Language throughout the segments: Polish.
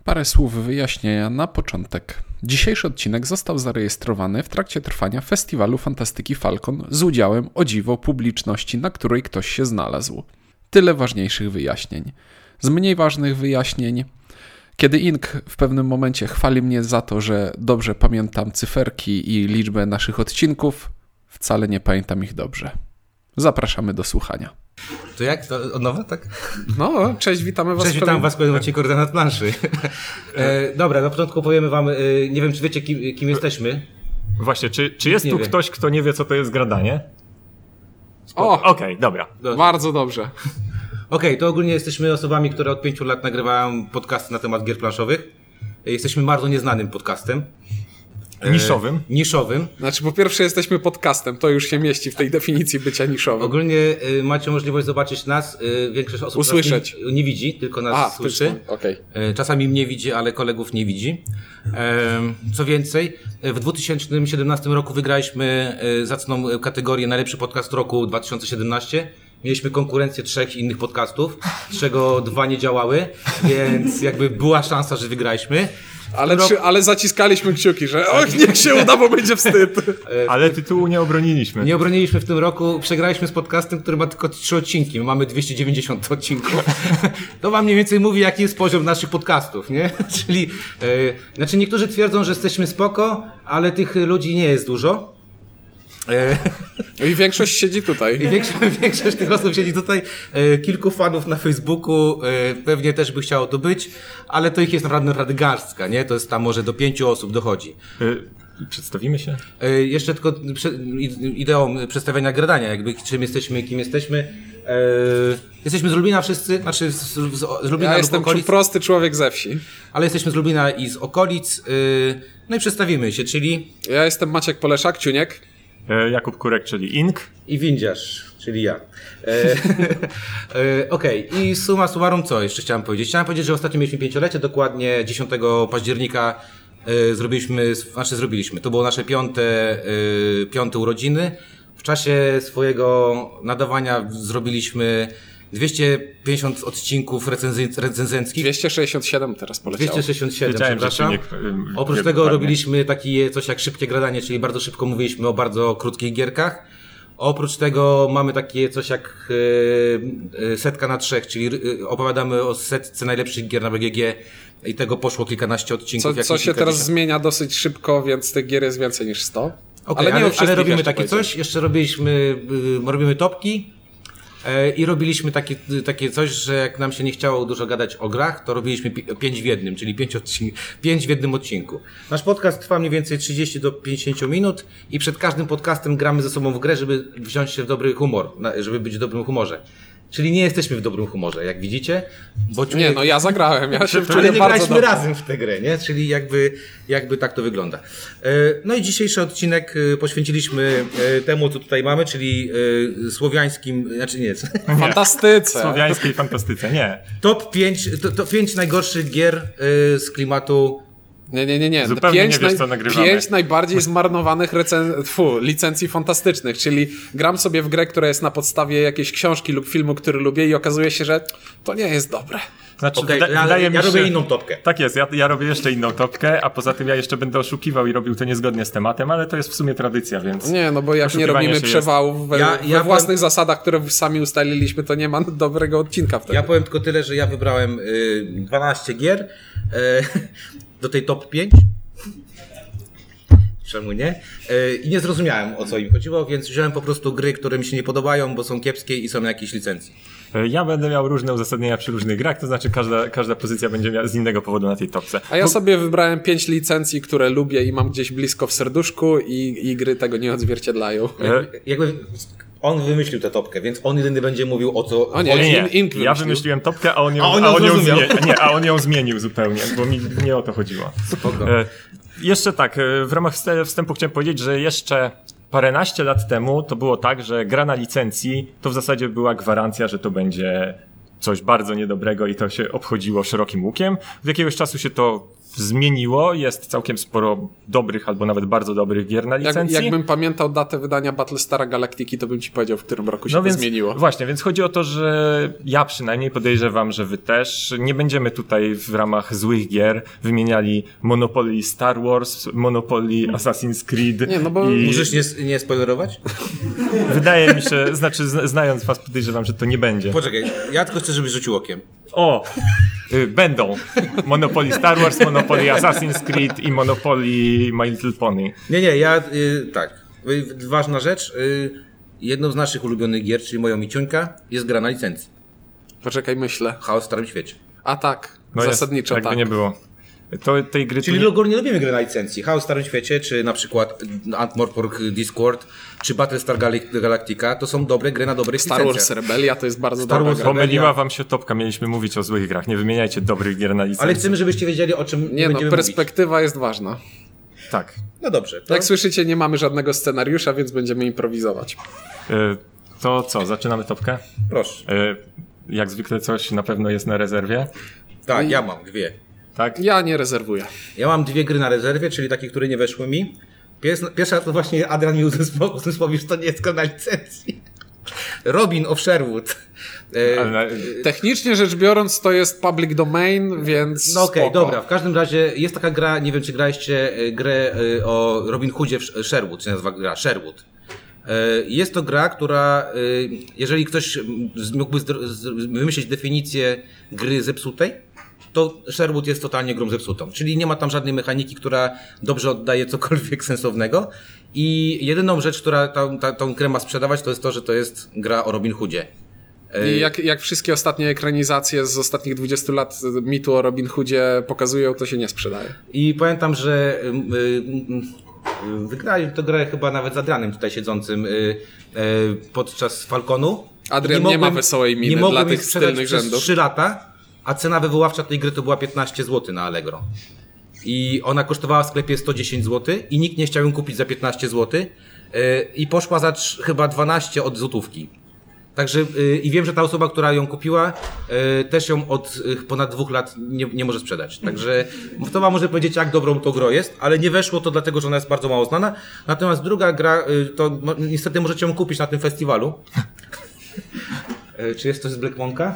Parę słów wyjaśnienia na początek. Dzisiejszy odcinek został zarejestrowany w trakcie trwania festiwalu fantastyki Falcon z udziałem, o dziwo, publiczności, na której ktoś się znalazł. Tyle ważniejszych wyjaśnień. Z mniej ważnych wyjaśnień, kiedy Ink w pewnym momencie chwali mnie za to, że dobrze pamiętam cyferki i liczbę naszych odcinków, wcale nie pamiętam ich dobrze. Zapraszamy do słuchania. To jak? To od nowa, tak? No, cześć, witamy was. Cześć, witam was w kolejnym odcinku Koordynat planszy. Dobra, na początku powiemy wam, nie wiem czy wiecie kim jesteśmy. Właśnie, czy jest tu ktoś, kto nie wie co to jest gradanie? Okej, dobra. Bardzo dobrze. Okej, to ogólnie jesteśmy osobami, które od 5 lat nagrywają podcasty na temat gier planszowych. Jesteśmy bardzo nieznanym podcastem. Niszowym. Znaczy, po pierwsze jesteśmy podcastem, to już się mieści w tej definicji bycia niszowym. Ogólnie macie możliwość zobaczyć nas, większość osób usłyszeć. Nas nie widzi, tylko nas słyszy. Okay. Czasami mnie widzi, ale kolegów nie widzi. Co więcej, w 2017 roku wygraliśmy zacną kategorię Najlepszy Podcast Roku 2017. Mieliśmy konkurencję 3 innych podcastów, z czego 2 nie działały, więc jakby była szansa, że wygraliśmy. Ale zaciskaliśmy kciuki, że niech się uda, bo będzie wstyd. Ale tytułu nie obroniliśmy. Nie obroniliśmy w tym roku. Przegraliśmy z podcastem, który ma tylko 3 odcinki. My mamy 290 odcinków. To wam mniej więcej mówi, jaki jest poziom naszych podcastów, nie? Czyli, znaczy niektórzy twierdzą, że jesteśmy spoko, ale tych ludzi nie jest dużo. I większość siedzi tutaj. Większość tych osób siedzi tutaj. Kilku fanów na Facebooku pewnie też by chciało to być, ale to ich jest naprawdę garstka, nie? To jest tam może do 5 osób dochodzi. Przedstawimy się? Jeszcze tylko ideą przedstawiania gradania, jakby czym jesteśmy, kim jesteśmy. Jesteśmy z Lublina wszyscy, znaczy z Lublina. Ja jestem prosty człowiek ze wsi. Ale jesteśmy z Lublina i z okolic. No i przedstawimy się, czyli... Ja jestem Maciek Poleszak, Ciuniek. Jakub Kurek, czyli Ink. I Windziarz, czyli ja. Okej, i summa summarum co jeszcze chciałem powiedzieć? Chciałem powiedzieć, że ostatnio mieliśmy 5-lecie, dokładnie 10 października zrobiliśmy. To było nasze piąte urodziny. W czasie swojego nadawania zrobiliśmy 250 odcinków recenzenckich. 267 teraz poleciało. 267, przepraszam. Oprócz tego robiliśmy coś jak szybkie gradanie, czyli bardzo szybko mówiliśmy o bardzo krótkich gierkach. Oprócz tego mamy takie coś jak setka na 3, czyli opowiadamy o setce najlepszych gier na BGG i tego poszło kilkanaście odcinków. Co się teraz zmienia dosyć szybko, więc tych gier jest więcej niż 100. Okay, ale robimy takie coś. Jeszcze robimy topki. I robiliśmy takie coś, że jak nam się nie chciało dużo gadać o grach, to robiliśmy 5 w jednym, czyli 5 w jednym odcinku. Nasz podcast trwa mniej więcej 30 do 50 minut i przed każdym podcastem gramy ze sobą w grę, żeby wziąć się w dobry humor, żeby być w dobrym humorze. Czyli nie jesteśmy w dobrym humorze, jak widzicie. Nie, ja zagrałem, ja się ale nie graliśmy razem w tę grę, nie? Czyli jakby tak to wygląda. No i dzisiejszy odcinek poświęciliśmy temu, co tutaj mamy, czyli słowiańskim, znaczy nie. Fantastyce. Słowiańskiej fantastyce, nie. Top 5 najgorszych gier z klimatu. Nie. Zupełnie nie wiesz, co nagrywamy. 5 najbardziej zmarnowanych licencji fantastycznych, czyli gram sobie w grę, która jest na podstawie jakiejś książki lub filmu, który lubię i okazuje się, że to nie jest dobre. Znaczy, ja robię inną topkę. Tak jest, ja robię jeszcze inną topkę, a poza tym ja jeszcze będę oszukiwał i robił to niezgodnie z tematem, ale to jest w sumie tradycja, więc... Nie, no bo jak nie robimy przewałów we własnych zasadach, które sami ustaliliśmy, to nie ma dobrego odcinka wtedy. Ja powiem tylko tyle, że ja wybrałem 12 gier do tej top 5. Czemu nie? I nie zrozumiałem, o co im chodziło, więc wziąłem po prostu gry, które mi się nie podobają, bo są kiepskie i są na jakiejś licencji. Ja będę miał różne uzasadnienia przy różnych grach, to znaczy każda pozycja będzie miała z innego powodu na tej topce. A ja sobie wybrałem 5 licencji, które lubię i mam gdzieś blisko w serduszku i gry tego nie odzwierciedlają. Jakby on wymyślił tę topkę, więc on jedyny będzie mówił o co... Nie. Ja wymyśliłem topkę, a on ją zmienił zupełnie, bo mi nie o to chodziło. Jeszcze tak, w ramach wstępu chciałem powiedzieć, że jeszcze paręnaście lat temu to było tak, że gra na licencji to w zasadzie była gwarancja, że to będzie coś bardzo niedobrego i to się obchodziło szerokim łukiem. Od jakiegoś czasu się to zmieniło. Jest całkiem sporo dobrych albo nawet bardzo dobrych gier na licencji. Jakbym pamiętał datę wydania Battlestara Galactiki, to bym ci powiedział, w którym roku się to zmieniło. Właśnie, więc chodzi o to, że ja przynajmniej podejrzewam, że wy też nie będziemy tutaj w ramach złych gier wymieniali Monopoly Star Wars, Monopoly Assassin's Creed. Nie, no bo możesz nie spoilerować? Wydaje mi się, znaczy znając was podejrzewam, że to nie będzie. Poczekaj, ja tylko chcę, żebyś rzucił okiem. O! Będą Monopoly Star Wars, Monopoly Assassin's Creed i Monopoly My Little Pony. Nie, ja tak. Ważna rzecz. Jedną z naszych ulubionych gier, czyli moją miciuńka, jest gra na licencji. Poczekaj, myślę. Chaos w Starym Świecie. A tak, No zasadniczo jest, tak. jakby nie było. Tej gry Czyli ogólnie lubimy gry na licencji. Chaos w Starym Świecie, czy na przykład Antmorpork Discord, czy Battlestar Galactica, to są dobre gry na dobrych Star licencjach. Wars Rebellia to jest bardzo Star dobra Wars gra. Pomyliła wam się topka, mieliśmy mówić o złych grach. Nie wymieniajcie dobrych gier na licencji. Ale chcemy, żebyście wiedzieli, o czym Nie no, będziemy perspektywa jest ważna. Tak. No dobrze. To... Jak słyszycie, nie mamy żadnego scenariusza, więc będziemy improwizować. To co, zaczynamy topkę? Proszę. Jak zwykle coś na pewno jest na rezerwie. Tak, ja mam 2. Tak? Ja nie rezerwuję. Ja mam 2 gry na rezerwie, czyli takie, które nie weszły mi. Pierwsza to właśnie Adrian mi uzmysłowił, że to nie jest gra na licencji. Robin of Sherwood. Technicznie rzecz biorąc to jest public domain, więc No okej, spoko. dobra. W każdym razie jest taka gra, nie wiem czy graliście grę o Robin Hoodzie w Sherwood, się nazywa gra Sherwood. Jest to gra, która, jeżeli ktoś mógłby wymyślić definicję gry zepsutej, to Sherwood jest totalnie grą zepsutą. Czyli nie ma tam żadnej mechaniki, która dobrze oddaje cokolwiek sensownego. I jedyną rzecz, która tą grę ma sprzedawać, to jest to, że to jest gra o Robin Hoodzie. I jak wszystkie ostatnie ekranizacje z ostatnich 20 lat mitu o Robin Hoodzie pokazują, to się nie sprzedaje. I pamiętam, że wygrali tę grę chyba nawet z Adrianem tutaj siedzącym podczas Falconu. Adrian nie ma wesołej miny dla tych tylnych przez rzędów. 3 lata, a cena wywoławcza tej gry to była 15 zł na Allegro. I ona kosztowała w sklepie 110 zł i nikt nie chciał ją kupić za 15 zł i poszła za chyba 12 od złotówki. Także i wiem, że ta osoba, która ją kupiła, też ją od ponad 2 lat nie może sprzedać. Także to wam może powiedzieć, jak dobrą to gro jest, ale nie weszło to dlatego, że ona jest bardzo mało znana. Natomiast druga gra, to niestety możecie ją kupić na tym festiwalu. Czy jest coś z Black Monka?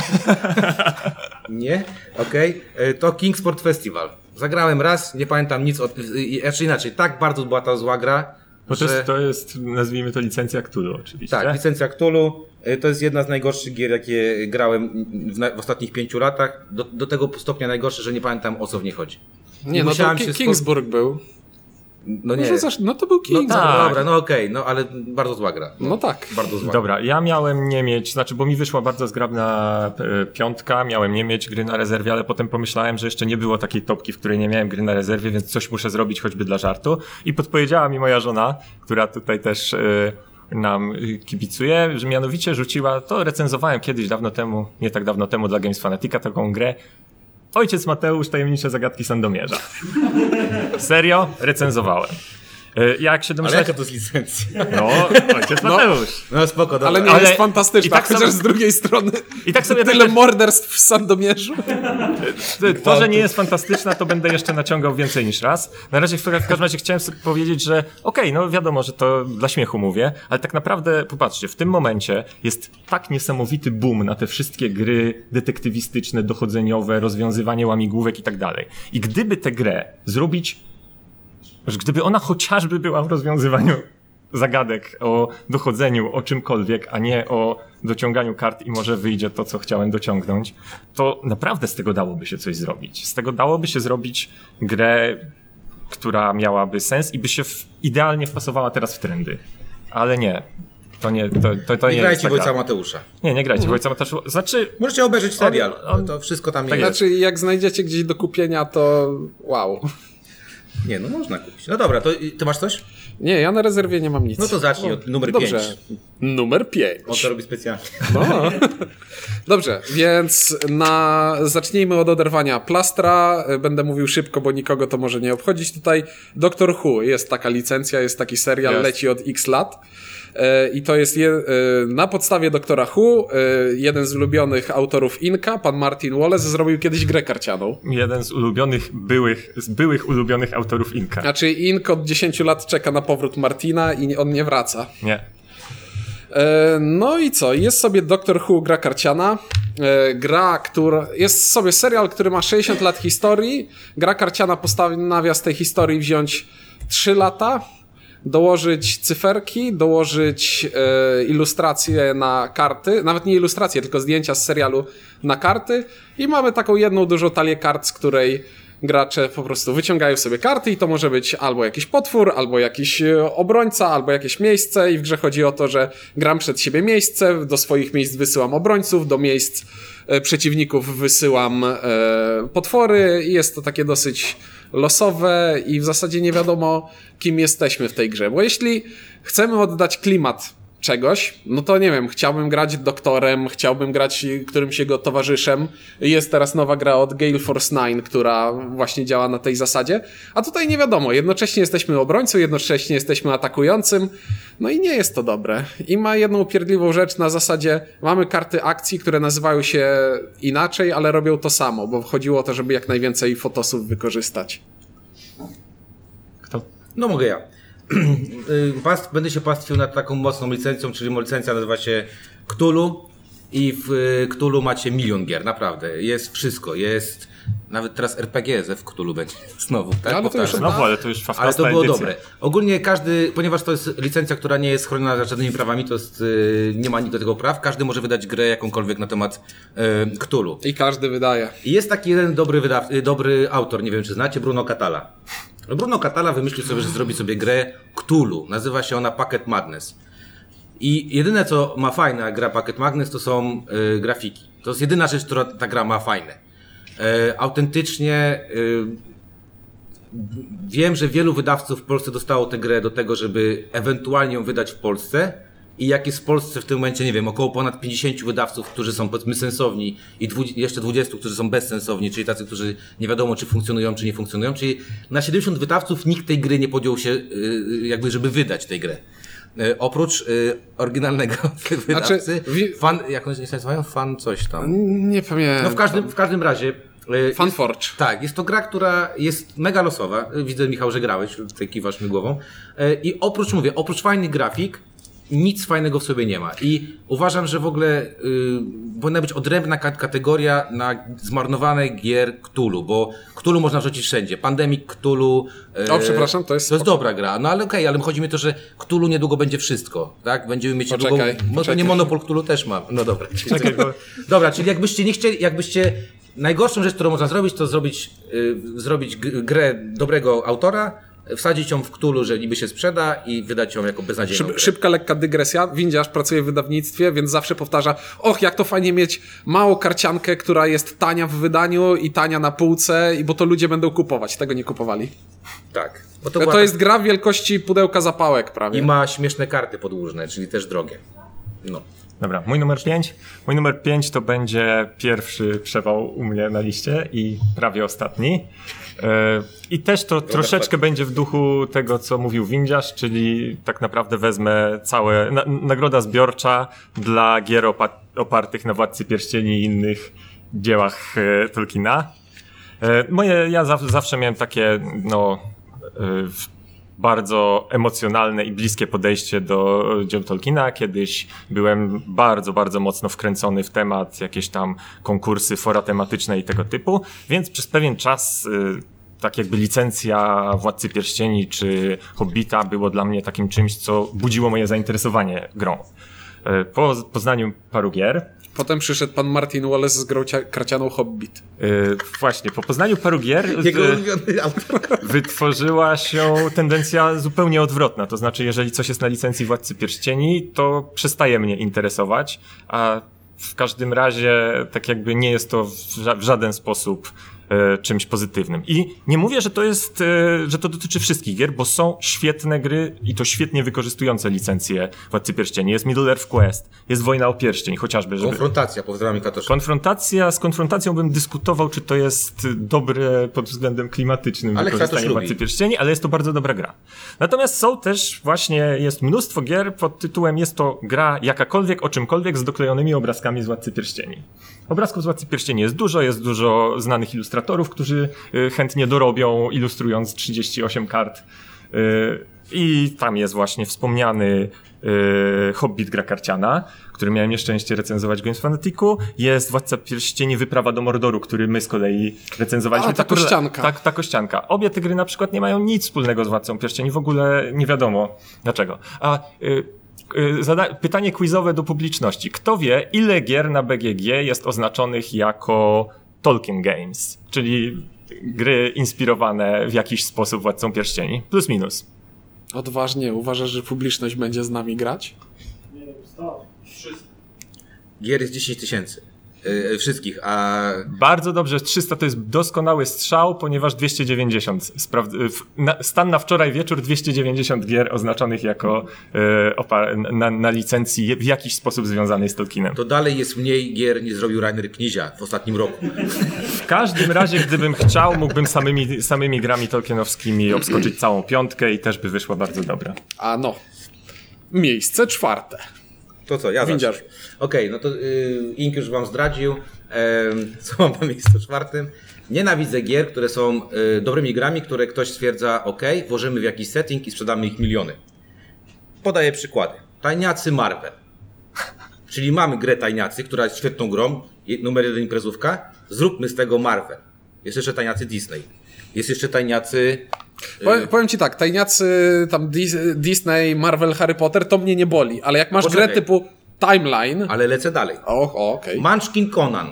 Nie? Okej. To Kingsport Festival. Zagrałem raz, nie pamiętam nic znaczy inaczej, tak bardzo była ta zła gra. Bo to jest, nazwijmy to licencja Cthulhu oczywiście. Tak, licencja Cthulhu. To jest jedna z najgorszych gier, jakie grałem w ostatnich 5 latach. Do tego stopnia najgorsze, że nie pamiętam, o co w niej chodzi. Nie, no to Kingsburg był. No nie. No to był Kingsburg. No tak. Dobra, no okej, no ale bardzo zła gra. No tak. Bardzo zła. Dobra, ja miałem nie mieć, znaczy bo mi wyszła bardzo zgrabna 5, miałem nie mieć gry na rezerwie, ale potem pomyślałem, że jeszcze nie było takiej topki, w której nie miałem gry na rezerwie, więc coś muszę zrobić choćby dla żartu. I podpowiedziała mi moja żona, która tutaj też nam kibicuje, że mianowicie rzuciła, to recenzowałem kiedyś dawno temu, nie tak dawno temu dla Games Fanatica taką grę, Ojciec Mateusz, tajemnicze zagadki Sandomierza. Serio? Recenzowałem. Jak się domyślacie... Ale jaka to jest licencja? No, Ojciec Mateusz. No spoko, dobra. Ale nie jest fantastyczna, i tak chociaż z drugiej strony i tak sobie tyle morderstw w Sandomierzu. To, że nie jest fantastyczna, to będę jeszcze naciągał więcej niż raz. Na razie w każdym razie chciałem sobie powiedzieć, że okej, no wiadomo, że to dla śmiechu mówię, ale tak naprawdę, popatrzcie, w tym momencie jest tak niesamowity boom na te wszystkie gry detektywistyczne, dochodzeniowe, rozwiązywanie łamigłówek i tak dalej. I gdyby tę grę zrobić, że gdyby ona chociażby była w rozwiązywaniu zagadek, o dochodzeniu, o czymkolwiek, a nie o dociąganiu kart i może wyjdzie to, co chciałem dociągnąć, to naprawdę z tego dałoby się coś zrobić. Z tego dałoby się zrobić grę, która miałaby sens i by się idealnie wpasowała teraz w trendy. Ale nie. To nie grajcie w Ojca Mateusza. Nie grajcie w Ojca Mateusza. Znaczy... Możecie obejrzeć serial. To wszystko tam jest. Znaczy, jak znajdziecie gdzieś do kupienia, to wow. Nie, no można kupić. No dobra, to ty masz coś? Nie, ja na rezerwie nie mam nic. No to zacznij od numer 5. Dobrze. Numer 5. On to robi specjalnie. No. Dobrze, więc zacznijmy od oderwania plastra. Będę mówił szybko, bo nikogo to może nie obchodzić tutaj. Doctor Who, jest taka licencja, jest taki serial, leci od x lat. I to jest na podstawie Doktora Who, jeden z ulubionych autorów Inka, pan Martin Wallace, zrobił kiedyś grę karcianą. Jeden z byłych ulubionych autorów Inka. Znaczy Ink od 10 lat czeka na powrót Martina i on nie wraca. Nie. No i co? Jest sobie Doctor Who gra karciana. Jest sobie serial, który ma 60 lat historii. Gra karciana postanawia z tej historii wziąć 3 lata, dołożyć cyferki, dołożyć ilustracje na karty, nawet nie ilustracje, tylko zdjęcia z serialu na karty i mamy taką jedną dużą talię kart, z której gracze po prostu wyciągają sobie karty i to może być albo jakiś potwór, albo jakiś obrońca, albo jakieś miejsce i w grze chodzi o to, że gram przed siebie miejsce, do swoich miejsc wysyłam obrońców, do miejsc przeciwników wysyłam potwory i jest to takie dosyć losowe i w zasadzie nie wiadomo, kim jesteśmy w tej grze, bo jeśli chcemy oddać klimat czegoś, no to nie wiem, chciałbym grać doktorem, chciałbym grać którymś jego towarzyszem. Jest teraz nowa gra od Gale Force 9, która właśnie działa na tej zasadzie, a tutaj nie wiadomo, jednocześnie jesteśmy obrońcą, jednocześnie jesteśmy atakującym, no i nie jest to dobre. I ma jedną upierdliwą rzecz na zasadzie, mamy karty akcji, które nazywają się inaczej, ale robią to samo, bo chodziło o to, żeby jak najwięcej fotosów wykorzystać. Kto? No mogę ja. Będę się pastwił nad taką mocną licencją, czyli licencja nazywa się Cthulhu i w Cthulhu macie milion gier, naprawdę. Jest wszystko, jest nawet teraz RPG w Cthulhu będzie znowu, tak? Ale to już ale to już fafkasta ale to było edycja. dobre. Ogólnie każdy, ponieważ to jest licencja, która nie jest chroniona żadnymi prawami, to jest, nie ma nikt do tego praw, każdy może wydać grę jakąkolwiek na temat Cthulhu. I każdy wydaje. I jest taki jeden dobry autor, nie wiem czy znacie, Bruno Catala. Bruno Catala wymyślił sobie, że zrobi sobie grę Cthulhu. Nazywa się ona Pocket Madness. I jedyne co ma fajne gra Pocket Madness to są grafiki. To jest jedyna rzecz, która ta gra ma fajne. Autentycznie wiem, że wielu wydawców w Polsce dostało tę grę do tego, żeby ewentualnie ją wydać w Polsce. I jak jest w Polsce w tym momencie, nie wiem, około ponad 50 wydawców, którzy są powiedzmy sensowni i jeszcze 20, którzy są bezsensowni, czyli tacy, którzy nie wiadomo czy funkcjonują, czy nie funkcjonują, czyli na 70 wydawców nikt tej gry nie podjął się jakby, żeby wydać tę grę. Oprócz oryginalnego wydawcy, jak oni się nazywają? Fan coś tam. Nie pamiętam. No w każdym razie Funforge. Tak, jest to gra, która jest mega losowa. Widzę, Michał, że grałeś, tutaj kiwasz mi głową. I oprócz fajnych grafik, nic fajnego w sobie nie ma. I uważam, że w ogóle powinna być odrębna kategoria na zmarnowane gier Cthulhu, bo Cthulhu można wrzucić wszędzie. Pandemic Cthulhu. Przepraszam, to jest dobra gra. No ale okej, ale chodzi mi o to, że Cthulhu niedługo będzie wszystko, tak? Będziemy mieć to nie Monopol Cthulhu też mam. No dobra. Dobra, czyli jakbyście nie chcieli, najgorszą rzecz, którą można zrobić, to zrobić grę dobrego autora, wsadzić ją w Cthulhu, że niby się sprzeda i wydać ją jako beznadziejną grę. Szybka, lekka dygresja. Windziarz pracuje w wydawnictwie, więc zawsze powtarza, jak to fajnie mieć małą karciankę, która jest tania w wydaniu i tania na półce, bo to ludzie będą kupować. Tego nie kupowali. Tak. Bo to jest gra wielkości pudełka zapałek prawie. I ma śmieszne karty podłużne, czyli też drogie. No. Dobra, mój numer 5 to będzie pierwszy przewał u mnie na liście i prawie ostatni. I też to troszeczkę będzie w duchu tego, co mówił Windziarz, czyli tak naprawdę wezmę nagroda zbiorcza dla gier opartych na Władcy Pierścieni i innych dziełach Tolkiena. Ja zawsze miałem takie, bardzo emocjonalne i bliskie podejście do dzieł Tolkiena. Kiedyś byłem bardzo, bardzo mocno wkręcony w temat, jakieś tam konkursy, fora tematyczne i tego typu, więc przez pewien czas tak jakby licencja Władcy Pierścieni czy Hobbita było dla mnie takim czymś, co budziło moje zainteresowanie grą. Po poznaniu paru gier Potem przyszedł pan Martin Wallace z grą karcianą Hobbit. Właśnie, po poznaniu paru gier wytworzyła się tendencja zupełnie odwrotna. To znaczy, jeżeli coś jest na licencji Władcy Pierścieni, to przestaje mnie interesować, a w każdym razie tak jakby nie jest to w żaden sposób czymś pozytywnym. I nie mówię, że to jest, że to dotyczy wszystkich gier, bo są świetne gry i to świetnie wykorzystujące licencje Władcy Pierścieni. Jest Middle-earth Quest, jest Wojna o Pierścień, chociażby. Konfrontacja, pozdrawiam Katosze. Z konfrontacją bym dyskutował, czy to jest dobre pod względem klimatycznym wykorzystanie Władcy Pierścieni, ale jest to bardzo dobra gra. Natomiast są też właśnie, jest mnóstwo gier pod tytułem jest to gra jakakolwiek, o czymkolwiek z doklejonymi obrazkami z Władcy Pierścieni. Obrazków z Władcy Pierścieni jest dużo znanych ilustratorów, którzy chętnie dorobią, ilustrując 38 kart. I tam jest właśnie wspomniany Hobbit gra karciana, który miałem nieszczęście recenzować w Games Fanaticu. Jest Władca Pierścieni Wyprawa do Mordoru, który my z kolei recenzowaliśmy. Ta kościanka. Ta kościanka. Obie te gry na przykład nie mają nic wspólnego z Władcą Pierścieni, w ogóle nie wiadomo dlaczego. Pytanie quizowe do publiczności. Kto wie, ile gier na BGG jest oznaczonych jako Tolkien Games, czyli gry inspirowane w jakiś sposób Władcą Pierścieni? Plus minus. Odważnie. Uważasz, że publiczność będzie z nami grać? Nie, ustawa. Wszystko. Gier jest 10 000. Wszystkich, a... Bardzo dobrze, 300 to jest doskonały strzał, ponieważ 290. Stan na wczoraj wieczór 290 gier oznaczonych jako na licencji w jakiś sposób związanej z Tolkienem. To dalej jest mniej gier niż zrobił Rainer Knizia w ostatnim roku. W każdym razie, gdybym chciał, mógłbym samymi grami tolkienowskimi obskoczyć całą piątkę i też by wyszła bardzo dobra. A no. Miejsce 4. To co, ja Windziarz. Okej, no to Ink już wam zdradził, co mam na miejscu 4. Nienawidzę gier, które są dobrymi grami, które ktoś stwierdza, włożymy w jakiś setting i sprzedamy ich miliony. Podaję przykłady. Tajniacy Marvel. Czyli mamy grę Tajniacy, która jest świetną grą, numer 1 imprezówka, zróbmy z tego Marvel. Jest jeszcze Tajniacy Disney. Jest jeszcze Tajniacy... Powiem ci tak, tajniacy tam Disney, Marvel, Harry Potter, to mnie nie boli, ale jak masz grę typu Timeline... Ale lecę dalej. Okej. Munchkin Conan.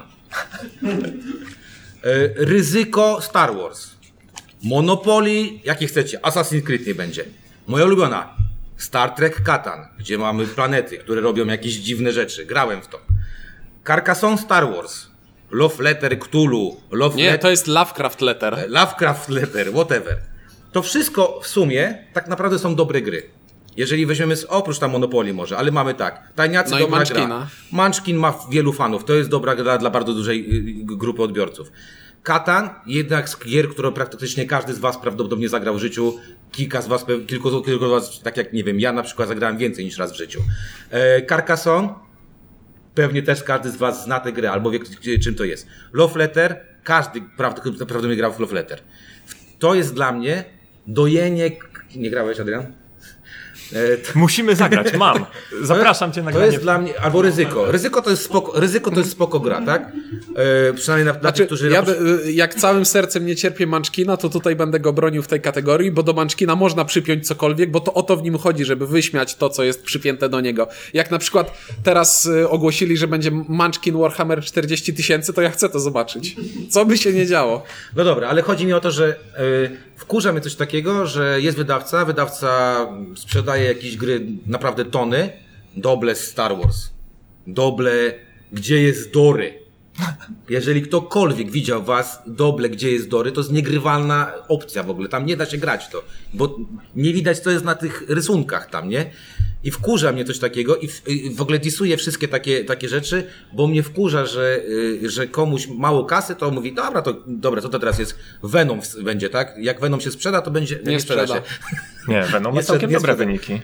Ryzyko Star Wars. Monopoly, jakie chcecie. Assassin's Creed nie będzie. Moja ulubiona. Star Trek Catan, gdzie mamy planety, które robią jakieś dziwne rzeczy. Grałem w to. Carcassonne Star Wars. Love Letter Cthulhu. To jest Lovecraft Letter. Lovecraft Letter, whatever. To wszystko w sumie tak naprawdę są dobre gry. Jeżeli weźmiemy oprócz tam Monopoly może, ale mamy tak. Tajniacy dobra gra. Munchkin ma wielu fanów. To jest dobra gra dla bardzo dużej grupy odbiorców. Catan, jednak z gier, którą praktycznie każdy z was prawdopodobnie zagrał w życiu. Kilku z was, tak jak nie wiem, ja na przykład zagrałem więcej niż raz w życiu. Carcassonne, pewnie też każdy z was zna tę grę, albo wie czym to jest. Love Letter, każdy prawdopodobnie grał w Love Letter. To jest dla mnie dojenie... Nie grałeś, Adrian? Musimy zagrać, mam. Zapraszam cię na granie. To jest dla mnie, albo Ryzyko. Ryzyko to jest spoko gra, tak? Przynajmniej dla tych, którzy... Jak całym sercem nie cierpię Munchkina, to tutaj będę go bronił w tej kategorii, bo do Munchkina można przypiąć cokolwiek, bo to o to w nim chodzi, żeby wyśmiać to, co jest przypięte do niego. Jak na przykład teraz ogłosili, że będzie Munchkin Warhammer 40 000, to ja chcę to zobaczyć. Co by się nie działo. No dobra, ale chodzi mi o to, że wkurza mnie coś takiego, że jest wydawca sprzedaje jakieś gry naprawdę tony. Doble Star Wars. Doble, gdzie jest Dory. Jeżeli ktokolwiek widział was, Doble, gdzie jest Dory, to jest niegrywalna opcja w ogóle. Tam nie da się grać to, bo nie widać, co jest na tych rysunkach tam, nie? I wkurza mnie coś takiego i w ogóle disuję wszystkie takie rzeczy, bo mnie wkurza, że komuś mało kasy, to mówi, dobra, co to teraz jest? Venom będzie, tak? Jak Venom się sprzeda, to będzie... Nie sprzeda się. Nie, Venom ma całkiem dobre wyniki.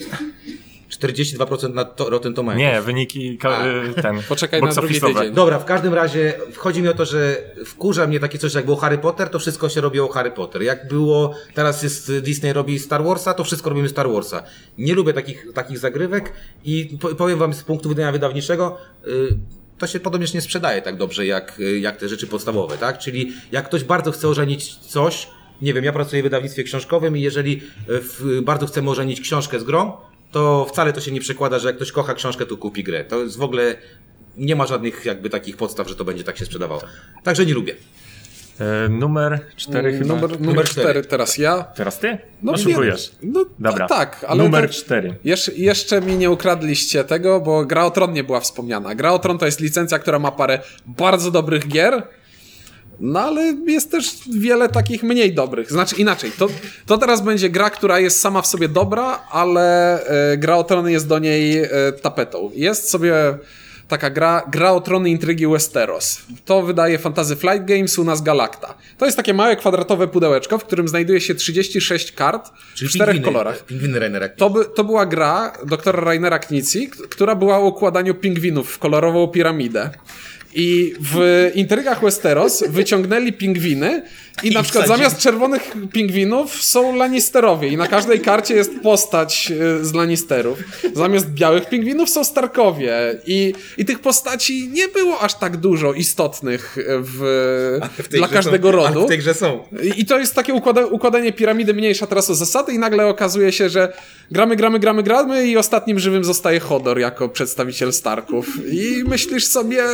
42% na Rotten Tomatoes. Nie, wyniki Poczekaj na drugi tydzień. Dobra, w każdym razie chodzi mi o to, że wkurza mnie takie coś, jak było Harry Potter, to wszystko się robiło Harry Potter. Jak było, teraz jest Disney robi Star Warsa, to wszystko robimy Star Warsa. Nie lubię takich zagrywek i powiem wam z punktu widzenia wydawniczego, to się podobnież nie sprzedaje tak dobrze jak te rzeczy podstawowe, tak? Czyli jak ktoś bardzo chce ożenić coś, nie wiem, ja pracuję w wydawnictwie książkowym i jeżeli bardzo chcemy ożenić książkę z grą, to wcale to się nie przekłada, że jak ktoś kocha książkę, to kupi grę. To jest w ogóle, nie ma żadnych jakby takich podstaw, że to będzie tak się sprzedawało. Także nie lubię. Numer 4 chyba. Numer 4 teraz ja. Teraz ty? No szykujesz. No dobra. Tak, ale numer 4. Jeszcze mi nie ukradliście tego, bo Gra o Tron nie była wspomniana. Gra o Tron to jest licencja, która ma parę bardzo dobrych gier. No ale jest też wiele takich mniej dobrych. Znaczy inaczej, to teraz będzie gra, która jest sama w sobie dobra, ale Gra o Trony jest do niej tapetą. Jest sobie taka gra o Trony Intrygi Westeros. To wydaje Fantasy Flight Games, u nas Galacta. To jest takie małe kwadratowe pudełeczko, w którym znajduje się 36 kart w 4 kolorach. Pingwiny Rainera Knizzi. To była gra doktora Rainera Knizzi, która była o układaniu pingwinów w kolorową piramidę. I w Intrygach Westeros wyciągnęli pingwiny i na przykład zamiast czerwonych pingwinów są Lannisterowie i na każdej karcie jest postać z Lannisterów. Zamiast białych pingwinów są Starkowie i tych postaci nie było aż tak dużo istotnych dla każdego rodu. Ale w tej grze są. I to jest takie układanie piramidy mniejsza teraz o zasady i nagle okazuje się, że gramy i ostatnim żywym zostaje Hodor jako przedstawiciel Starków. I myślisz sobie...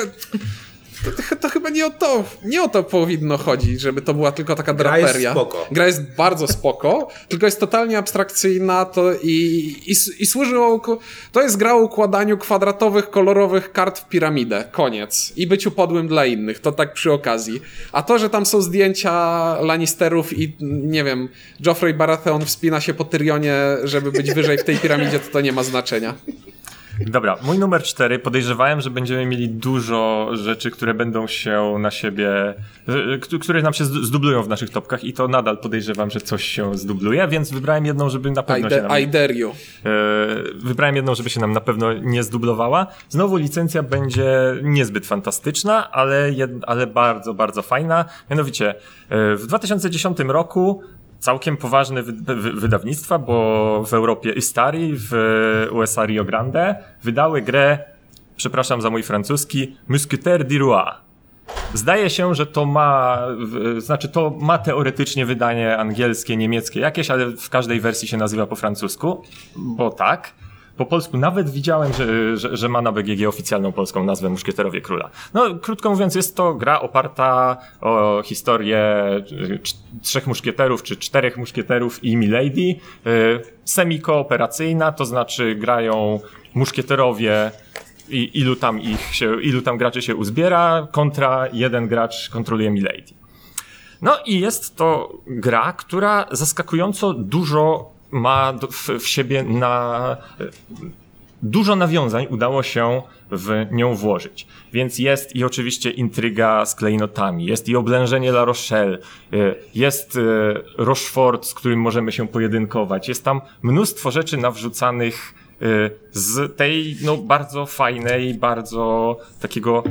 To chyba nie o to powinno chodzić, żeby to była tylko taka draperia. Gra jest spoko. Gra jest bardzo spoko, tylko jest totalnie abstrakcyjna i służy to jest gra o układaniu kwadratowych, kolorowych kart w piramidę. Koniec. I byciu podłym dla innych. To tak przy okazji. A to, że tam są zdjęcia Lannisterów i nie wiem, Joffrey Baratheon wspina się po Tyrionie, żeby być wyżej w tej piramidzie, to nie ma znaczenia. Dobra, mój numer 4. Podejrzewałem, że będziemy mieli dużo rzeczy, które będą się na siebie, które nam się zdublują w naszych topkach i to nadal podejrzewam, że coś się zdubluje, więc wybrałem jedną, żeby na pewno się nam... I dare you. Wybrałem jedną, żeby się nam na pewno nie zdublowała. Znowu licencja będzie niezbyt fantastyczna, ale bardzo, bardzo fajna. Mianowicie, w 2010 roku całkiem poważne wydawnictwa, bo w Europie Istari, w USA Rio Grande wydały grę, przepraszam za mój francuski, Mousquetaires du Roi. Zdaje się, że to ma teoretycznie wydanie angielskie, niemieckie jakieś, ale w każdej wersji się nazywa po francusku, bo tak. Po polsku nawet widziałem, że ma na BGG oficjalną polską nazwę Muszkieterowie Króla. No, krótko mówiąc, jest to gra oparta o historię 3 muszkieterów, czy 4 muszkieterów i Milady. Semi-kooperacyjna, to znaczy grają muszkieterowie i ilu tam graczy się uzbiera, kontra jeden gracz kontroluje Milady. No i jest to gra, która zaskakująco dużo ma w siebie dużo nawiązań udało się w nią włożyć. Więc jest i oczywiście intryga z klejnotami, jest i oblężenie La Rochelle, jest Rochefort, z którym możemy się pojedynkować. Jest tam mnóstwo rzeczy nawrzucanych z tej bardzo fajnej, bardzo takiego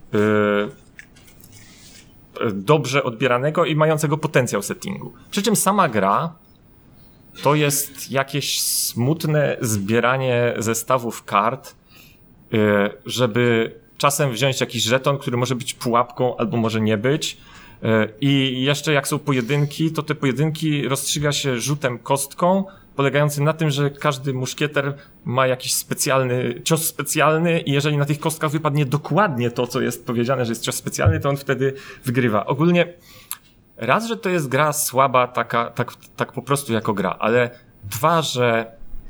dobrze odbieranego i mającego potencjał settingu. Przy czym sama gra to jest jakieś smutne zbieranie zestawów kart, żeby czasem wziąć jakiś żeton, który może być pułapką albo może nie być. I jeszcze jak są pojedynki, to te pojedynki rozstrzyga się rzutem kostką, polegającym na tym, że każdy muszkieter ma jakiś cios specjalny i jeżeli na tych kostkach wypadnie dokładnie to, co jest powiedziane, że jest cios specjalny, to on wtedy wygrywa. Ogólnie raz, że to jest gra słaba, tak po prostu jako gra, ale dwa, że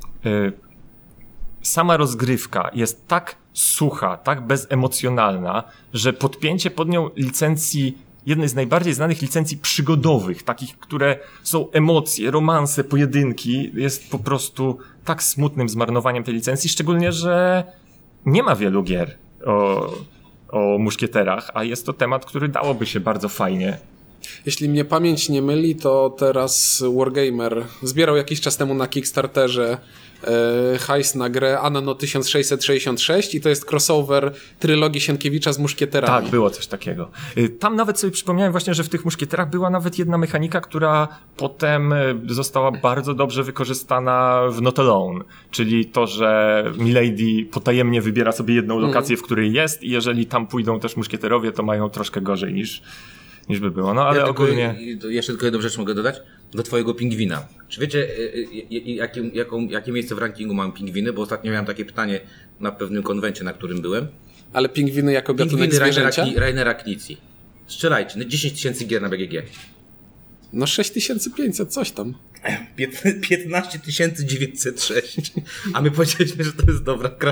sama rozgrywka jest tak sucha, tak bezemocjonalna, że podpięcie pod nią licencji, jednej z najbardziej znanych licencji przygodowych, takich, które są emocje, romanse, pojedynki, jest po prostu tak smutnym zmarnowaniem tej licencji, szczególnie, że nie ma wielu gier o muszkieterach, a jest to temat, który dałoby się bardzo fajnie. Jeśli mnie pamięć nie myli, to teraz Wargamer zbierał jakiś czas temu na Kickstarterze hajs na grę Anno 1666 i to jest crossover trylogii Sienkiewicza z muszkieterami. Tak, było coś takiego. Tam nawet sobie przypomniałem właśnie, że w tych muszkieterach była nawet jedna mechanika, która potem została bardzo dobrze wykorzystana w Not Alone, czyli to, że Milady potajemnie wybiera sobie jedną lokację, w której jest i jeżeli tam pójdą też muszkieterowie, to mają troszkę gorzej niż by było, no ale ogólnie... Jeszcze tylko jedną rzecz mogę dodać, do twojego pingwina. Czy wiecie, jakie miejsce w rankingu mają pingwiny? Bo ostatnio miałem takie pytanie na pewnym konwencie, na którym byłem. Ale pingwiny jako gatunek zwierzęcia? Rainera Knizzi. Strzelajcie, 10 000 gier na BGG. No 6500, coś tam. 15 906. A my powiedzieliśmy, że to jest dobra gra.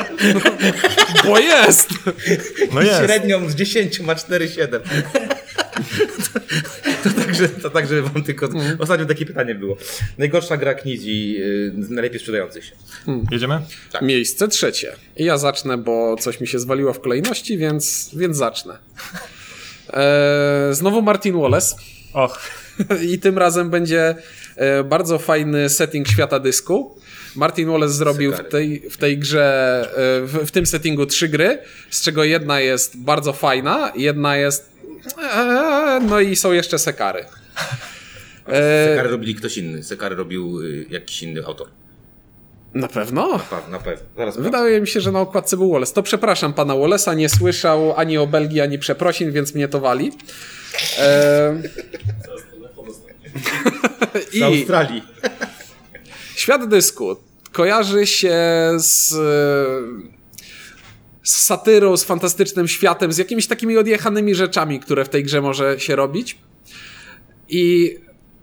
Bo jest! No jest. Średnią z 10 ma 4,7. To także wam tylko... Ostatnio takie pytanie było. Najgorsza gra Knizji, najlepiej sprzedających się. Jedziemy? Tak. Miejsce 3. I ja zacznę, bo coś mi się zwaliło w kolejności, więc zacznę. Znowu Martin Wallace. Och. I tym razem będzie bardzo fajny setting świata dysku. Martin Wallace zrobił w tej grze, w tym settingu 3 gry, z czego jedna jest bardzo fajna, jedna jest no i są jeszcze sekary. Sekary robili ktoś inny. Sekary robił jakiś inny autor. Na pewno? Na pewno. Zaraz Wydaje mi się, że na okładce był Wallace. To przepraszam pana Wallace'a, nie słyszał ani o Belgii, ani przeprosin, więc mnie to wali. Z Australii. Świat dysku kojarzy się z satyrą, z fantastycznym światem, z jakimiś takimi odjechanymi rzeczami, które w tej grze może się robić. I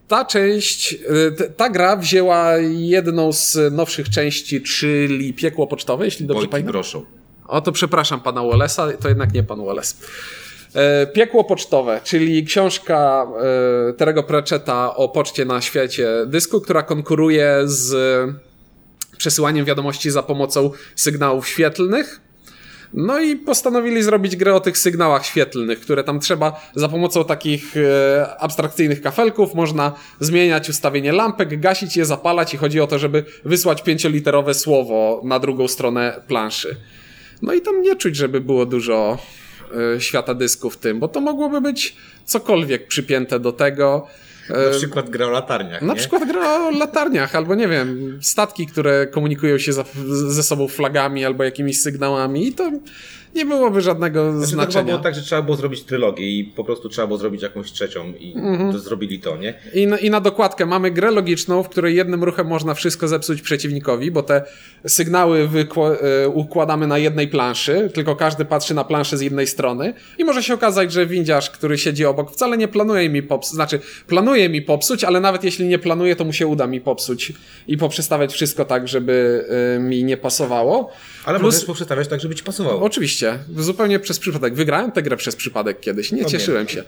ta gra wzięła jedną z nowszych części, czyli Piekło Pocztowe, jeśli dobrze pamiętam. Proszę. O, to przepraszam pana Wallace'a, to jednak nie pan Wallace. Piekło Pocztowe, czyli książka Terry'ego Pratchetta o poczcie na świecie dysku, która konkuruje z przesyłaniem wiadomości za pomocą sygnałów świetlnych. No i postanowili zrobić grę o tych sygnałach świetlnych, które tam trzeba za pomocą takich abstrakcyjnych kafelków można zmieniać ustawienie lampek, gasić je, zapalać i chodzi o to, żeby wysłać 5-literowe słowo na drugą stronę planszy. No i tam nie czuć, żeby było dużo świata dysku w tym, bo to mogłoby być cokolwiek przypięte do tego. Na przykład gra o latarniach. Na przykład gra o latarniach, albo nie wiem, statki, które komunikują się ze sobą flagami albo jakimiś sygnałami i to nie byłoby żadnego znaczenia. To chyba było tak, że trzeba było zrobić trylogię i po prostu trzeba było zrobić jakąś trzecią i to zrobili to, nie? I na dokładkę mamy grę logiczną, w której jednym ruchem można wszystko zepsuć przeciwnikowi, bo te sygnały układamy na jednej planszy, tylko każdy patrzy na planszę z jednej strony i może się okazać, że windziarz, który siedzi obok, wcale nie planuje mi popsuć, znaczy planuje mi popsuć, ale nawet jeśli nie planuje, to mu się uda mi popsuć i poprzestawiać wszystko tak, żeby mi nie pasowało. Ale możesz poprzestawiać tak, żeby ci pasowało. Oczywiście, zupełnie przez przypadek. Wygrałem tę grę przez przypadek kiedyś, nie cieszyłem się.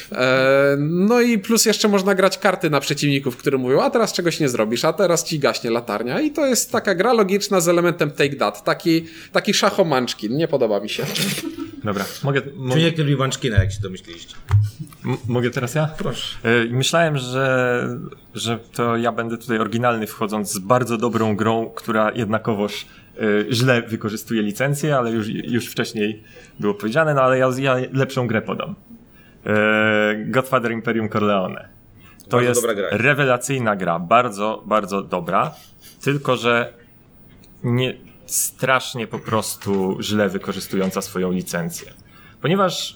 No i plus jeszcze można grać karty na przeciwników, które mówią, a teraz czegoś nie zrobisz, a teraz ci gaśnie latarnia i to jest taka gra logiczna z elementem take that, taki szachomanczkin, nie podoba mi się. Dobra, Czy nikt nie lubi Munchkina, jak się domyśliliście? Mogę teraz ja? Proszę. Myślałem, że to ja będę tutaj oryginalny, wchodząc z bardzo dobrą grą, która jednakowoż źle wykorzystuje licencję, ale już wcześniej było powiedziane, no ale ja lepszą grę podam. Godfather Imperium Corleone. To bardzo jest rewelacyjna gra, bardzo, bardzo dobra, tylko że nie strasznie po prostu źle wykorzystująca swoją licencję. Ponieważ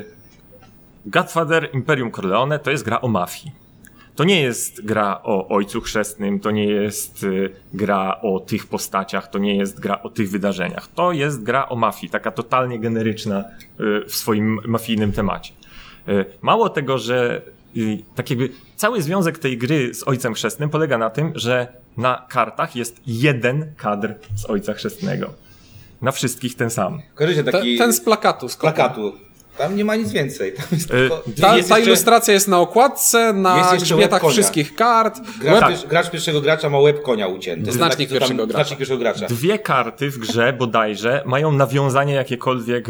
Godfather Imperium Corleone to jest gra o mafii. To nie jest gra o Ojcu Chrzestnym, to nie jest gra o tych postaciach, to nie jest gra o tych wydarzeniach. To jest gra o mafii, taka totalnie generyczna w swoim mafijnym temacie. Mało tego, że tak jakby cały związek tej gry z Ojcem Chrzestnym polega na tym, że na kartach jest jeden kadr z Ojca Chrzestnego. Na wszystkich ten sam. Kojarzycie taki... Ten z plakatu. Tam nie ma nic więcej. Tam jest tylko... Ta ilustracja jest na okładce, na grzbietach wszystkich kart. Gracz pierwszego gracza ma łeb konia ucięty. Znacznik pierwszego gracza. 2 karty w grze bodajże mają nawiązanie jakiekolwiek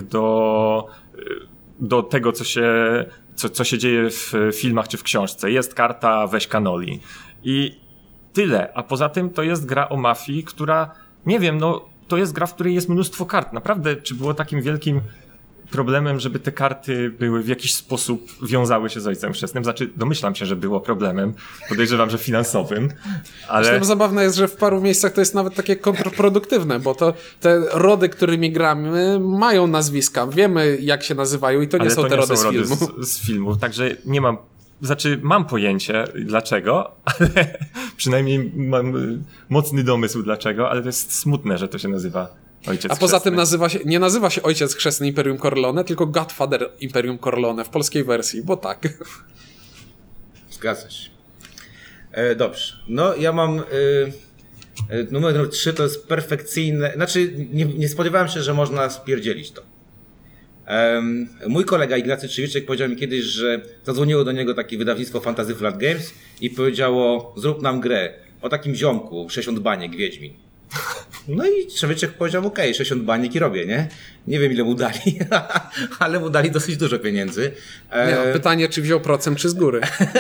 do tego, co się dzieje w filmach czy w książce. Jest karta Weź Cannoli. I tyle. A poza tym to jest gra o mafii, która, nie wiem, no to jest gra, w której jest mnóstwo kart. Naprawdę, czy było takim wielkim problemem, żeby te karty były w jakiś sposób wiązały się z Ojcem Chrzestnym? Znaczy, domyślam się, że było problemem. Podejrzewam, że finansowym, ale... Zresztą zabawne jest, że w paru miejscach to jest nawet takie kontrproduktywne, bo to te rody, którymi gramy, mają nazwiska. Wiemy, jak się nazywają i to nie są te rody z filmu. Z filmu, także nie mam... Znaczy, mam pojęcie dlaczego, ale przynajmniej mam mocny domysł dlaczego, ale to jest smutne, że to się nazywa Ojciec A poza Chrzestny. tym nie nazywa się Ojciec Chrzestny Imperium Corleone, tylko Godfather Imperium Corleone w polskiej wersji, bo tak. Zgadza się. Dobrze. No, ja mam... numer 3 to jest perfekcyjne... Znaczy, nie spodziewałem się, że można spierdzielić to. Mój kolega Ignacy Trzewiczek powiedział mi kiedyś, że zadzwoniło do niego takie wydawnictwo Fantasy Flight Games i powiedziało, zrób nam grę o takim ziomku, 60 baniek, Wiedźmin. No i Trzewiczek powiedział, okej, 60 baniek i robię, nie? Nie wiem ile mu dali, ale mu dali dosyć dużo pieniędzy. Pytanie, czy wziął procent, czy z góry?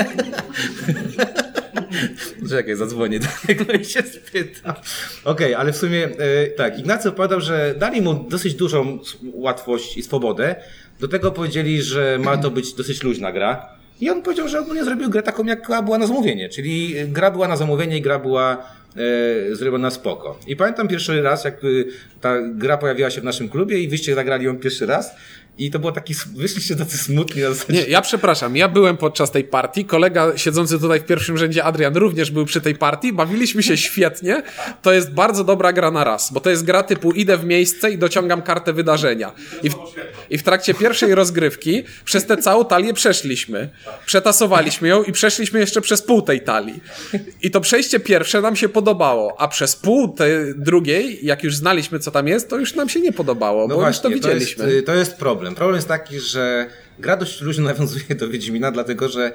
Czekaj, zadzwonię do niego i się spytam. Okej, ale w sumie tak, Ignacy opowiadał, że dali mu dosyć dużą łatwość i swobodę. Do tego powiedzieli, że ma to być dosyć luźna gra. I on powiedział, że ogólnie zrobił grę taką, jaka była na zamówienie. Czyli gra była na zamówienie i gra była zrobiona spoko. I pamiętam pierwszy raz, jak ta gra pojawiła się w naszym klubie i wyście zagrali ją pierwszy raz. I to było taki, wyszliście tacy smutni na zasadzie. Nie, ja przepraszam, ja byłem podczas tej partii, kolega siedzący tutaj w pierwszym rzędzie, Adrian, również był przy tej partii, bawiliśmy się świetnie, to jest bardzo dobra gra na raz, bo to jest gra typu idę w miejsce i dociągam kartę wydarzenia. I w trakcie pierwszej rozgrywki przez tę całą talię przeszliśmy, przetasowaliśmy ją i przeszliśmy jeszcze przez pół tej talii. I to przejście pierwsze nam się podobało, a przez pół tej drugiej, jak już znaliśmy co tam jest, to już nam się nie podobało, no bo właśnie, już to widzieliśmy. To jest problem. Problem jest taki, że gra dość luźno nawiązuje do Wiedźmina, dlatego że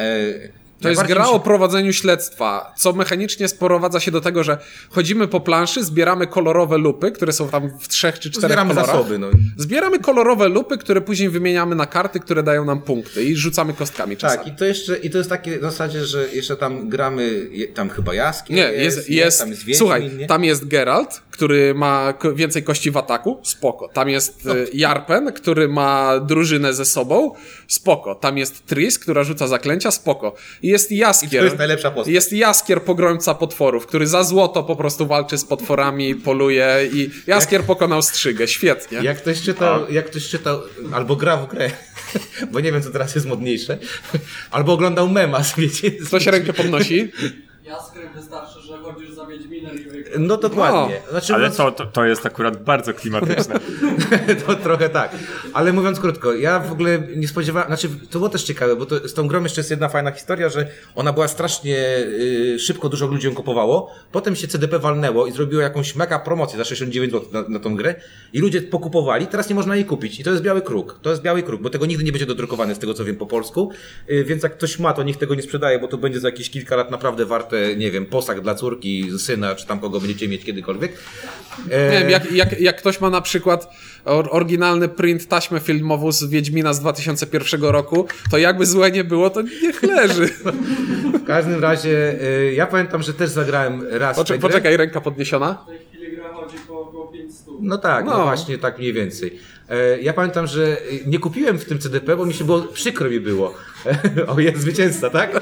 to jest gra o prowadzeniu śledztwa, co mechanicznie sprowadza się do tego, że chodzimy po planszy, zbieramy kolorowe lupy, które są tam w 3 czy 4 zbieramy kolorach. Zasoby, no. Zbieramy kolorowe lupy, które później wymieniamy na karty, które dają nam punkty i rzucamy kostkami czasami. Tak, i to jest takie w zasadzie, że jeszcze tam gramy, tam chyba Jaskier Nie, jest tam jest Wiedźmin, słuchaj, nie? tam jest Geralt, który ma więcej kości w ataku, spoko. Tam jest Jarpen, który ma drużynę ze sobą, spoko. Tam jest Triss, która rzuca zaklęcia, spoko. I jest Jaskier. To jest najlepsza postać. Jest Jaskier, pogromca potworów, który za złoto po prostu walczy z potworami, poluje i Jaskier pokonał strzygę. Świetnie. Jak ktoś czytał, albo gra w grę, bo nie wiem co teraz jest modniejsze, albo oglądał mema, wiecie. Ktoś rękę podnosi? Jaskier wystarczy, że chodzisz za Wiedźminem i wygrasz. No dokładnie. Znaczy, ale to jest akurat bardzo klimatyczne. To trochę tak. Ale mówiąc krótko, ja w ogóle nie spodziewałem, znaczy to było też ciekawe, bo to, z tą grą jeszcze jest jedna fajna historia, że ona była strasznie szybko, dużo ludzi ją kupowało, potem się CDP walnęło i zrobiło jakąś mega promocję za 69 zł na tą grę i ludzie pokupowali, teraz nie można jej kupić i to jest Biały Kruk, bo tego nigdy nie będzie dodrukowane z tego co wiem po polsku, więc jak ktoś ma, to niech tego nie sprzedaje, bo to będzie za jakieś kilka lat naprawdę warte, nie wiem, posag dla córki, syna, czy tam kogo będziecie mieć kiedykolwiek. Nie wiem, jak ktoś ma na przykład oryginalny print, taśmę filmową z Wiedźmina z 2001 roku, to jakby złe nie było, to niech leży. W każdym razie, ja pamiętam, że też zagrałem raz Poczekaj, ręka podniesiona. W tej chwili gra chodzi po około 500. No tak, no właśnie tak mniej więcej. Ja pamiętam, że nie kupiłem w tym CDP, bo mi się było, przykro mi było. O, jest zwycięzca, tak?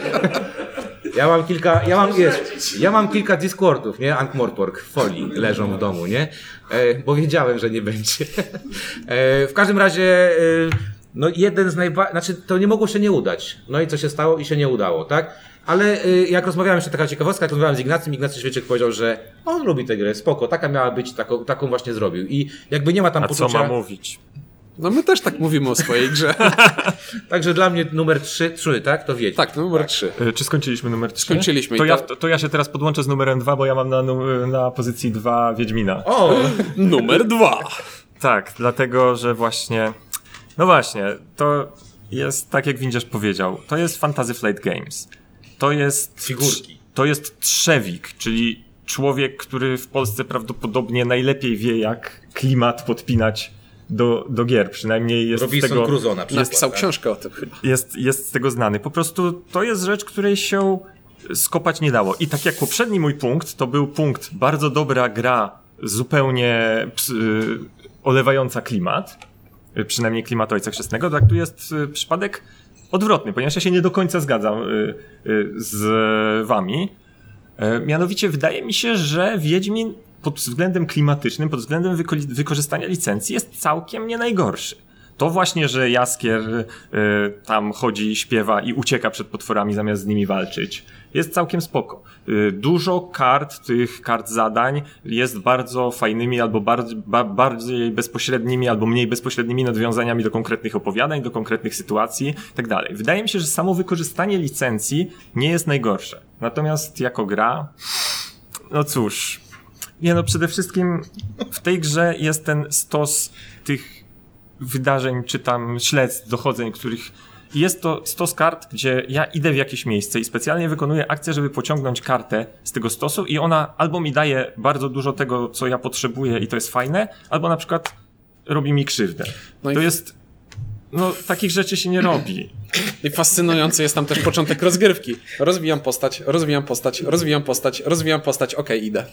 Ja mam kilka Discordów, nie? Ankh-Morpork w folii leżą w domu, nie? Bo wiedziałem, że nie będzie. W każdym razie, no jeden z znaczy to nie mogło się nie udać. No i co się stało? I się nie udało, tak? Ale jak rozmawiałem, jeszcze taka ciekawostka, jak rozmawiałem z Ignacym, Ignacy Trzewiczek powiedział, że on lubi tę grę, spoko, taka miała być, taką właśnie zrobił. I jakby nie ma tam poczucia... A co ma mówić? No my też tak mówimy o swojej grze. Także dla mnie numer 3, tak? To wiecie. Tak, numer 3. Czy skończyliśmy numer 3? Skończyliśmy. To ja się teraz podłączę z numerem 2, bo ja mam na pozycji 2 Wiedźmina. O! Numer 2. Tak, dlatego, że właśnie... No właśnie, to jest tak jak Windziarz powiedział. To jest Fantasy Flight Games. To jest... Figurki. To jest trzewik, czyli człowiek, który w Polsce prawdopodobnie najlepiej wie, jak klimat podpinać do gier, przynajmniej jest Robinson z tego... Crusoe na przykład. Napisał książkę o tym chyba. Jest z tego znany. Po prostu to jest rzecz, której się skopać nie dało. I tak jak poprzedni mój punkt, to był punkt bardzo dobra gra, zupełnie olewająca klimat, przynajmniej klimat Ojca Chrzestnego, tak tu jest przypadek odwrotny, ponieważ ja się nie do końca zgadzam z wami. Mianowicie wydaje mi się, że Wiedźmin pod względem klimatycznym, pod względem wykorzystania licencji jest całkiem nie najgorszy. To właśnie, że Jaskier tam chodzi, śpiewa i ucieka przed potworami zamiast z nimi walczyć, jest całkiem spoko. Dużo tych kart zadań jest bardzo fajnymi albo bardziej bezpośrednimi albo mniej bezpośrednimi nawiązaniami do konkretnych opowiadań, do konkretnych sytuacji itd. Wydaje mi się, że samo wykorzystanie licencji nie jest najgorsze. Natomiast jako gra, no cóż, przede wszystkim w tej grze jest ten stos tych wydarzeń, czy tam śledztw, dochodzeń, których jest to stos kart, gdzie ja idę w jakieś miejsce i specjalnie wykonuję akcję, żeby pociągnąć kartę z tego stosu i ona albo mi daje bardzo dużo tego, co ja potrzebuję i to jest fajne, albo na przykład robi mi krzywdę. No to jest... No, takich rzeczy się nie robi. I fascynujący jest tam też początek rozgrywki. Rozwijam postać, okej, idę.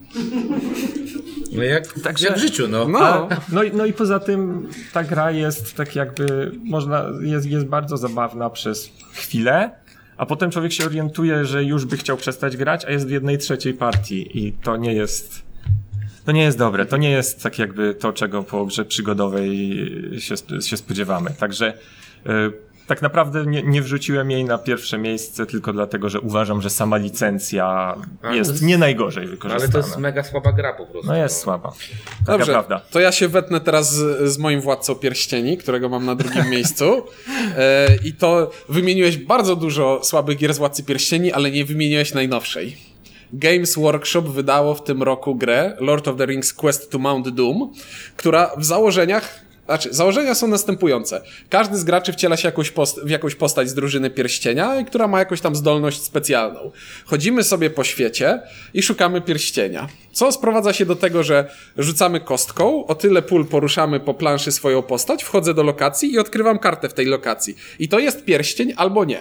No jak w życiu, no. No i poza tym ta gra jest tak jakby, jest bardzo zabawna przez chwilę, a potem człowiek się orientuje, że już by chciał przestać grać, a jest w 1/3 partii i to nie jest dobre. To nie jest tak jakby to, czego po grze przygodowej się spodziewamy. Także tak naprawdę nie wrzuciłem jej na pierwsze miejsce tylko dlatego, że uważam, że sama licencja jest nie najgorzej wykorzystana. Ale to jest mega słaba gra po prostu. No jest słaba. Dobrze, prawda. To ja się wetnę teraz z moim Władcą Pierścieni, którego mam na drugim miejscu. I to wymieniłeś bardzo dużo słabych gier z Władcy Pierścieni, ale nie wymieniłeś najnowszej. Games Workshop wydało w tym roku grę Lord of the Rings Quest to Mount Doom, która w założenia są następujące. Każdy z graczy wciela się w jakąś postać z drużyny pierścienia, która ma jakąś tam zdolność specjalną. Chodzimy sobie po świecie i szukamy pierścienia. Co sprowadza się do tego, że rzucamy kostką, o tyle pól poruszamy po planszy swoją postać, wchodzę do lokacji i odkrywam kartę w tej lokacji. I to jest pierścień albo nie.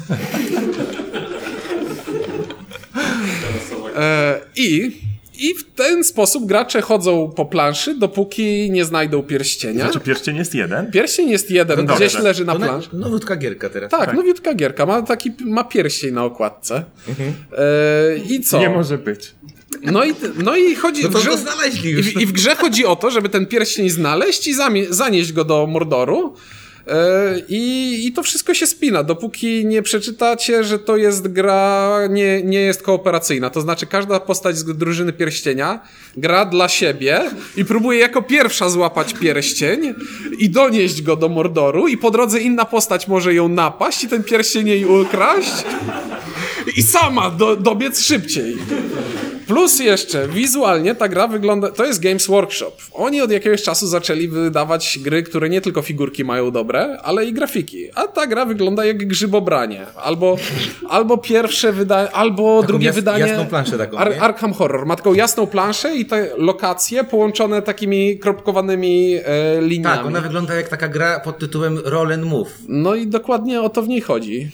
I w ten sposób gracze chodzą po planszy, dopóki nie znajdą pierścienia. Znaczy pierścień jest jeden? Pierścień jest jeden, gdzieś leży na planszy. Nowiutka gierka teraz. Tak, nowiutka gierka. Ma pierścień na okładce. I co? Nie może być. No i chodzi... No to go znaleźli już. I w grze chodzi o to, żeby ten pierścień znaleźć i zanieść go do Mordoru. I to wszystko się spina, dopóki nie przeczytacie, że to jest gra, nie jest kooperacyjna. To znaczy każda postać z drużyny pierścienia gra dla siebie i próbuje jako pierwsza złapać pierścień i donieść go do Mordoru i po drodze inna postać może ją napaść i ten pierścień jej ukraść i sama dobiec szybciej. Plus jeszcze, wizualnie ta gra wygląda... To jest Games Workshop. Oni od jakiegoś czasu zaczęli wydawać gry, które nie tylko figurki mają dobre, ale i grafiki. A ta gra wygląda jak Grzybobranie. Albo pierwsze wydanie, albo taką drugie wydanie... Jasną planszę taką, Arkham Horror. Ma taką jasną planszę i te lokacje połączone takimi kropkowanymi liniami. Tak, ona wygląda jak taka gra pod tytułem Roll and Move. No i dokładnie o to w niej chodzi.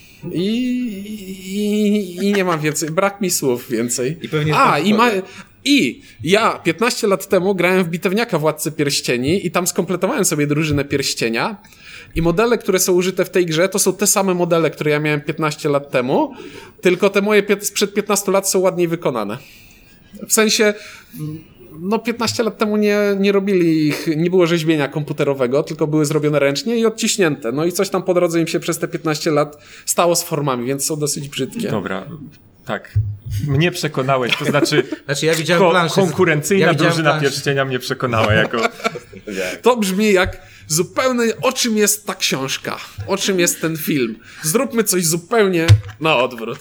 I nie mam więcej, brak mi słów więcej. I ja 15 lat temu grałem w bitewniaka Władcy Pierścieni i tam skompletowałem sobie drużynę pierścienia i modele, które są użyte w tej grze, to są te same modele, które ja miałem 15 lat temu, tylko te moje sprzed 15 lat są ładniej wykonane. W sensie... 15 lat temu nie robili ich, nie było rzeźbienia komputerowego, tylko były zrobione ręcznie i odciśnięte. No i coś tam po drodze im się przez te 15 lat stało z formami, więc są dosyć brzydkie. Dobra, tak. Mnie przekonałeś, to znaczy ja widziałem planszę. Konkurencyjna drużyna pierścienia mnie przekonała jako... To brzmi jak zupełnie o czym jest ta książka, o czym jest ten film. Zróbmy coś zupełnie na odwrót.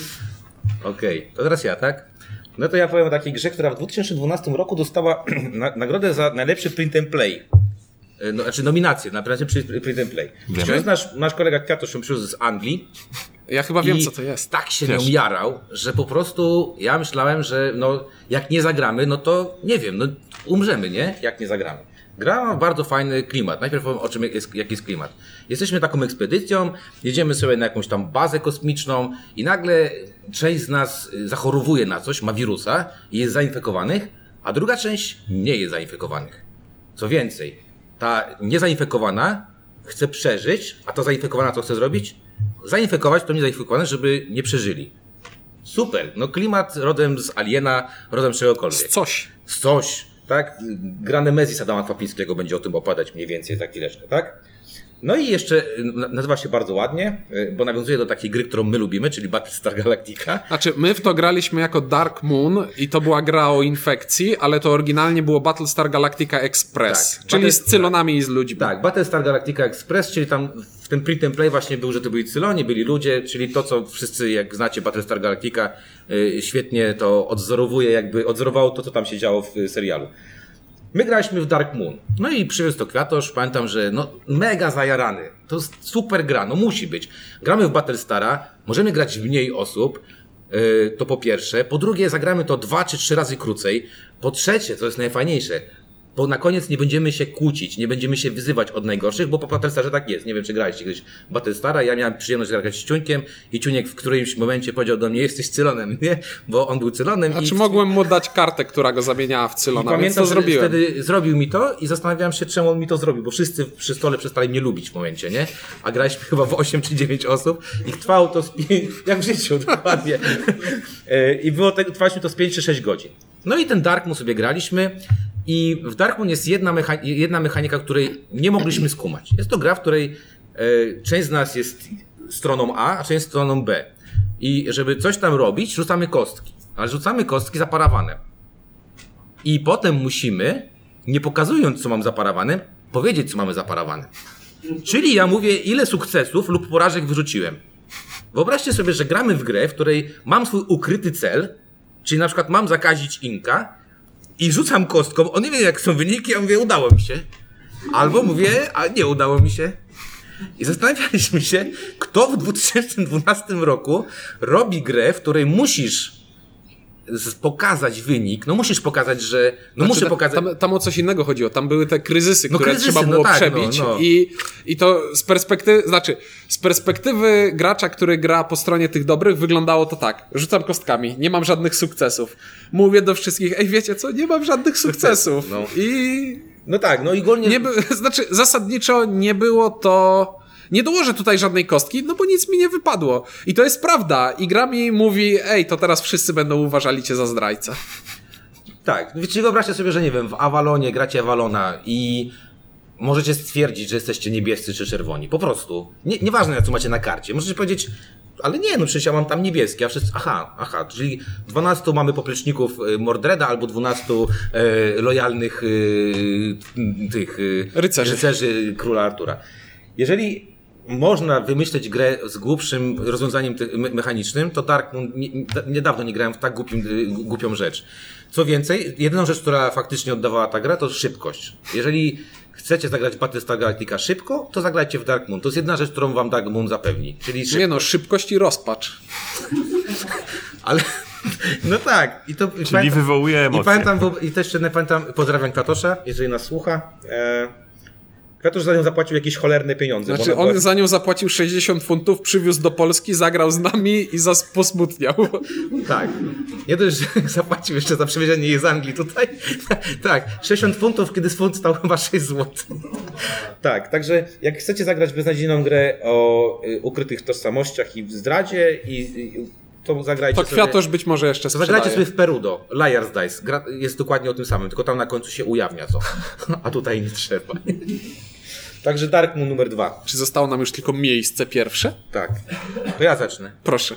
Okej, to teraz ja, tak? No to ja powiem o takiej grze, która w 2012 roku dostała nagrodę za najlepszy print and play. Nominację na najlepszy print and play. Nasz kolega Kwiatosz ją przywiózł z Anglii. Ja chyba wiem, co to jest. Tak się nią jarał, że po prostu ja myślałem, że jak nie zagramy, no to nie wiem, umrzemy, nie? Jak nie zagramy. Gra ma bardzo fajny klimat. Najpierw powiem, jaki jest klimat. Jesteśmy taką ekspedycją, jedziemy sobie na jakąś tam bazę kosmiczną i nagle część z nas zachorowuje na coś, ma wirusa i jest zainfekowanych, a druga część nie jest zainfekowanych. Co więcej, ta niezainfekowana chce przeżyć, a ta zainfekowana co chce zrobić? Zainfekować to niezainfekowane, żeby nie przeżyli. Super, klimat rodem z Aliena, rodem z czegokolwiek. Z coś. Tak? Gra Nemesis Adama Kwapińskiego będzie o tym opadać mniej więcej za chwileczkę, tak? No i jeszcze nazywa się bardzo ładnie, bo nawiązuje do takiej gry, którą my lubimy, czyli Battlestar Galactica. Znaczy, my w to graliśmy jako Dark Moon i to była gra o infekcji, ale to oryginalnie było Battlestar Galactica Express, tak, czyli z Cylonami i z ludźmi. Tak, Battlestar Galactica Express, czyli tam w tym print and play właśnie był, że to byli Cyloni, byli ludzie, czyli to, co wszyscy, jak znacie Battlestar Galactica, świetnie to odzorowało to, co tam się działo w serialu. My graliśmy w Dark Moon. No i przywiózł to Kwiatosz. Pamiętam, że mega zajarany. To jest super gra, musi być. Gramy w Battlestara, możemy grać w mniej osób. To po pierwsze. Po drugie, zagramy to 2 czy 3 razy krócej. Po trzecie, co jest najfajniejsze, bo na koniec nie będziemy się kłócić, nie będziemy się wyzywać od najgorszych, bo po Battlestarze tak jest. Nie wiem, czy graliście kiedyś Battlestara. Ja miałem przyjemność grać z Ciuńkiem i Ciuńek w którymś momencie powiedział do mnie, jesteś Cylonem, nie? Bo on był Cylonem. Znaczy mogłem mu dać kartę, która go zamieniała w Cylona, więc pamiętam, to zrobiłem. Wtedy zrobił mi to i zastanawiałem się, czemu on mi to zrobił, bo wszyscy przy stole przestali mnie lubić w momencie, nie? A graliśmy chyba w 8 czy 9 osób i trwało to jak w życiu, dokładnie. I trwaliśmy to z 5 czy 6 godzin. No i ten Dark Moon sobie graliśmy. I w Dark Moon jest jedna mechanika, której nie mogliśmy skumać. Jest to gra, w której część z nas jest stroną A, a część stroną B. I żeby coś tam robić, rzucamy kostki. Ale rzucamy kostki zaparawane. I potem musimy, nie pokazując co mam zaparawane, powiedzieć co mamy zaparawane. Czyli ja mówię, ile sukcesów lub porażek wyrzuciłem. Wyobraźcie sobie, że gramy w grę, w której mam swój ukryty cel, czyli na przykład mam zakazić Inka, i rzucam kostką, on nie wie jak są wyniki, ja mówię, udało mi się. Albo mówię, a nie udało mi się. I zastanawialiśmy się, kto w 2012 roku robi grę, w której musisz pokazać wynik, musisz pokazać, że... muszę pokazać... Tam o coś innego chodziło, tam były te kryzysy, które trzeba było przebić. I to z perspektywy gracza, który gra po stronie tych dobrych, wyglądało to tak. Rzucam kostkami, nie mam żadnych sukcesów. Mówię do wszystkich, wiecie co, nie mam żadnych sukcesów. I ogólnie... Zasadniczo nie było to... Nie dołożę tutaj żadnej kostki, bo nic mi nie wypadło. I to jest prawda. I gra mi mówi, to teraz wszyscy będą uważali cię za zdrajcę. Tak. Czyli wyobraźcie sobie, że nie wiem, w Avalonie gracie Avalona i możecie stwierdzić, że jesteście niebiescy czy czerwoni. Po prostu. Nieważne, co macie na karcie. Możecie powiedzieć, ale nie, przecież ja mam tam niebieskie, a wszyscy, aha, czyli 12 mamy popleczników Mordreda albo 12 lojalnych rycerzy Króla Artura. Jeżeli można wymyśleć grę z głupszym rozwiązaniem mechanicznym, to Dark Moon niedawno nie grałem w tak głupią rzecz. Co więcej, jedyną rzecz, która faktycznie oddawała ta gra, to szybkość. Jeżeli chcecie zagrać Battlestar Galactica szybko, to zagrajcie w Dark Moon. To jest jedna rzecz, którą wam Dark Moon zapewni. Czyli szybkość i rozpacz. Ale... tak. Czyli wywołuje emocje. I też pamiętam, pozdrawiam Kwiatosza, jeżeli nas słucha. Kwiatosz za nią zapłacił jakieś cholerne pieniądze. On za nią zapłacił 60 funtów, przywiózł do Polski, zagrał z nami i posmutniał. Tak. Nie dość, że zapłacił jeszcze za przywiezienie jej z Anglii tutaj. Tak. 60 funtów, kiedy funt stał chyba 6 zł. Tak. Także jak chcecie zagrać beznadziejną grę o ukrytych tożsamościach i w zdradzie to zagrajcie to Kwiatosz być może jeszcze sprzedaje. Zagrajcie sobie w Perudo. Liar's Dice. Jest dokładnie o tym samym, tylko tam na końcu się ujawnia co. A tutaj nie trzeba. Także Dark Moon numer 2. Czy zostało nam już tylko miejsce pierwsze? Tak. To ja zacznę. Proszę.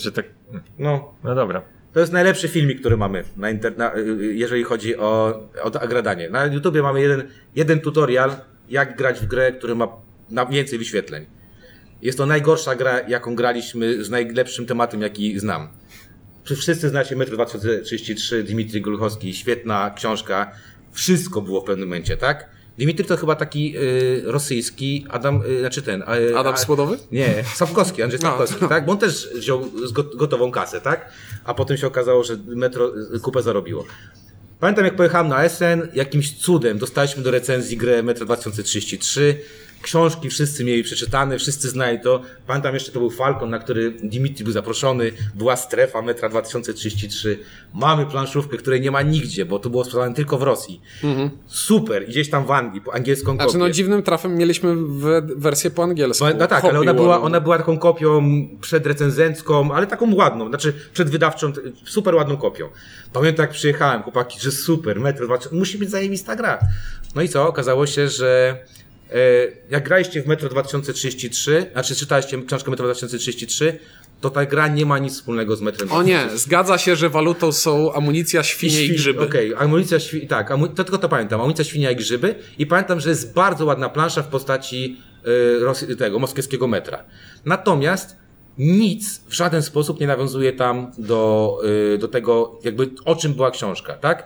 No dobra. To jest najlepszy filmik, który mamy, jeżeli chodzi o agradanie. Na YouTubie mamy jeden tutorial, jak grać w grę, który ma więcej wyświetleń. Jest to najgorsza gra, jaką graliśmy, z najlepszym tematem, jaki znam. Wszyscy znacie Metro 2033, Dmitrij Gluchowski, świetna książka. Wszystko było w pewnym momencie, tak? Dmitrij to chyba taki rosyjski Adam Skłodowy? Nie, Sapkowski, Andrzej Sapkowski, tak? Bo on też wziął gotową kasę, tak? A potem się okazało, że Metro kupę zarobiło. Pamiętam, jak pojechałem na Essen, jakimś cudem dostaliśmy do recenzji grę Metro 2033. Książki wszyscy mieli przeczytane, wszyscy znali to. Pamiętam jeszcze, to był Falcon, na który Dimitri był zaproszony. Była strefa Metra 2033. Mamy planszówkę, której nie ma nigdzie, bo to było sprzedawane tylko w Rosji. Super. I gdzieś tam w Anglii, po angielską kopię. Dziwnym trafem mieliśmy wersję po angielsku. Tak, ale ona była taką kopią przedrecenzencką, ale taką ładną, przedwydawczą, super ładną kopią. Pamiętam, jak przyjechałem, chłopaki, że super, Metro 2033, musi być zajebista No i co? Okazało się, że jak graliście w Metro 2033, czytaliście książkę Metro 2033, to ta gra nie ma nic wspólnego z Metrem 2033. O nie, zgadza się, że walutą są amunicja, świnie i grzyby. Okej, amunicja, to tylko to pamiętam, amunicja, świnia i grzyby i pamiętam, że jest bardzo ładna plansza w postaci tego moskiewskiego metra. Natomiast nic w żaden sposób nie nawiązuje tam do tego, jakby o czym była książka, tak?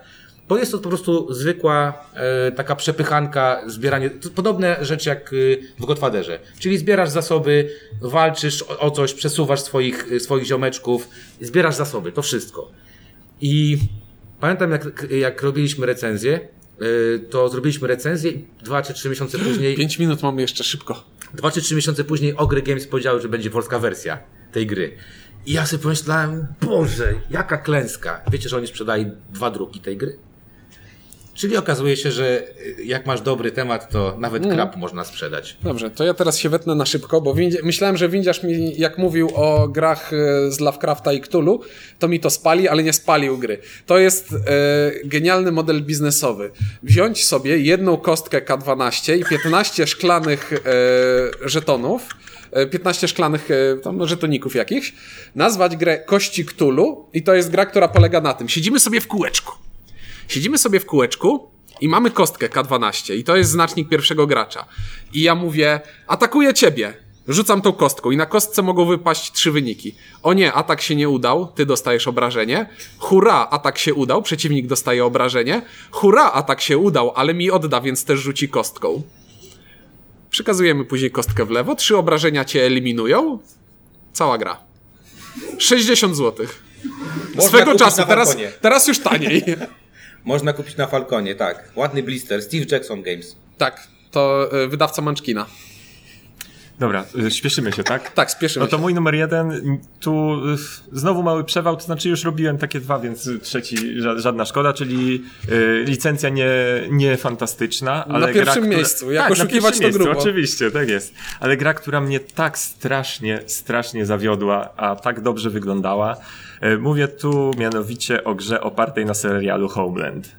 bo jest to po prostu zwykła taka przepychanka, zbieranie, podobne rzeczy jak w Godfatherze. Czyli zbierasz zasoby, walczysz o coś, przesuwasz swoich ziomeczków, zbierasz zasoby, to wszystko. I pamiętam jak robiliśmy recenzję, to zrobiliśmy recenzję i 2 czy 3 miesiące później... 5 minut mamy jeszcze, szybko. 2 czy 3 miesiące później Ogry Games powiedziały, że będzie polska wersja tej gry. I ja sobie pomyślałem, Boże, jaka klęska. Wiecie, że oni sprzedali 2 druki tej gry? Czyli okazuje się, że jak masz dobry temat, to nawet krab można sprzedać. Dobrze, to ja teraz się wetnę na szybko, bo myślałem, że Windziarz mi, jak mówił o grach z Lovecrafta i Cthulhu, to mi to spali, ale nie spalił gry. To jest genialny model biznesowy. Wziąć sobie jedną kostkę K12 i 15 szklanych żetonów, 15 szklanych tam żetoników jakichś, nazwać grę Kości Cthulhu i to jest gra, która polega na tym. Siedzimy sobie w kółeczku i mamy kostkę K12 i to jest znacznik pierwszego gracza. I ja mówię, atakuję ciebie. Rzucam tą kostką i na kostce mogą wypaść 3 wyniki. O nie, atak się nie udał, ty dostajesz obrażenie. Hurra, atak się udał, przeciwnik dostaje obrażenie. Hurra, atak się udał, ale mi odda, więc też rzuci kostką. Przekazujemy później kostkę w lewo, 3 obrażenia cię eliminują. Cała gra. 60 zł. Swego czasu, teraz już taniej. Można kupić na Falconie, tak. Ładny blister, Steve Jackson Games. Tak, to wydawca Munchkina. Dobra, śpieszymy się, tak? Tak, śpieszymy się. No to mój numer 1, tu znowu mały przewał, to znaczy już robiłem takie 2, więc trzeci żadna szkoda, czyli licencja nie fantastyczna, ale na pierwszym miejscu, jak oszukiwać to grubo. Oczywiście, tak jest. Ale gra, która mnie tak strasznie zawiodła, a tak dobrze wyglądała. Mówię tu mianowicie o grze opartej na serialu Homeland.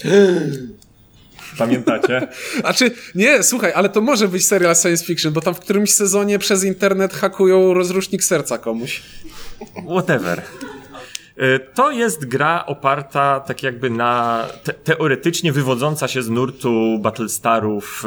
Pamiętacie? Znaczy, nie, słuchaj, ale to może być serial science fiction, bo tam w którymś sezonie przez internet hakują rozrusznik serca komuś. Whatever. To jest gra oparta tak jakby na teoretycznie wywodząca się z nurtu Battlestarów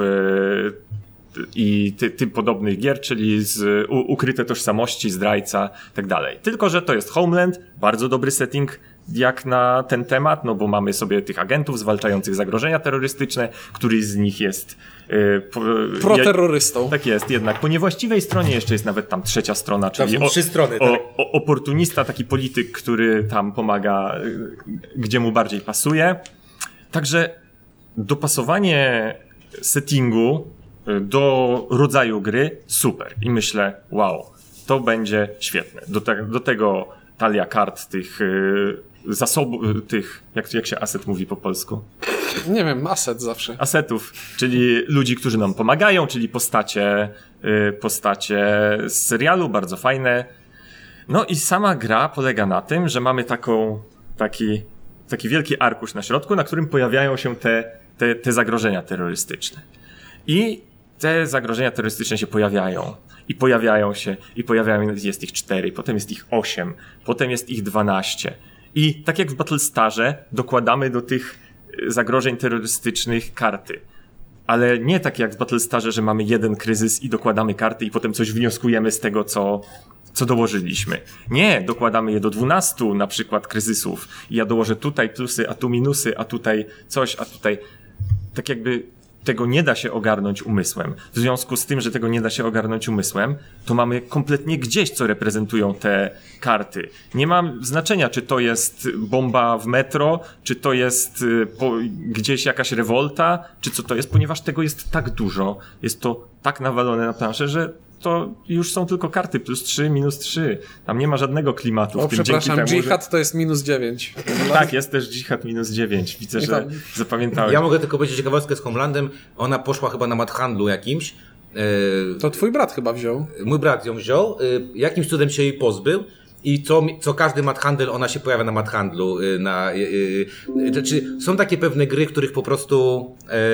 i tym podobnych gier, czyli z ukryte tożsamości, zdrajca, tak dalej. Tylko że to jest Homeland, bardzo dobry setting jak na ten temat, no bo mamy sobie tych agentów zwalczających zagrożenia terrorystyczne, któryś z nich jest proterrorystą. Tak jest, jednak po niewłaściwej stronie jeszcze jest nawet tam trzecia strona, czyli tam 3 strony, tak. Oportunista, taki polityk, który tam pomaga, gdzie mu bardziej pasuje. Także dopasowanie settingu do rodzaju gry super i myślę, wow, to będzie świetne. Do tego talia kart tych zasobów, tych, jak się aset mówi po polsku? Nie wiem, aset zawsze. Asetów, czyli ludzi, którzy nam pomagają, czyli postacie z serialu, bardzo fajne. No i sama gra polega na tym, że mamy taki wielki arkusz na środku, na którym pojawiają się te zagrożenia terrorystyczne. I te zagrożenia terrorystyczne się pojawiają. I pojawiają się, jest ich 4, potem jest ich 8, potem jest ich 12. I tak jak w Battlestarze dokładamy do tych zagrożeń terrorystycznych karty. Ale nie tak jak w Battlestarze, że mamy jeden kryzys i dokładamy karty i potem coś wnioskujemy z tego, co dołożyliśmy. Nie, dokładamy je do 12 na przykład kryzysów. I ja dołożę tutaj plusy, a tu minusy, a tutaj coś, a tutaj... Tak jakby tego nie da się ogarnąć umysłem. W związku z tym, że tego nie da się ogarnąć umysłem, to mamy kompletnie gdzieś, co reprezentują te karty. Nie ma znaczenia, czy to jest bomba w metro, czy to jest gdzieś jakaś rewolta, czy co to jest, ponieważ tego jest tak dużo, jest to tak nawalone na planszę, że to już są tylko karty +3, -3. Tam nie ma żadnego klimatu. O, przepraszam, dżihad to jest -9. Tak, jest też dżihad -9. Widzę, że zapamiętałeś. Ja mogę tylko powiedzieć ciekawostkę z Homelandem. Ona poszła chyba na Madhandlu jakimś. To twój brat chyba wziął. Mój brat ją wziął. Jakimś cudem się jej pozbył. I co każdy Madhandel, ona się pojawia na Madhandlu. Znaczy, są takie pewne gry, których po prostu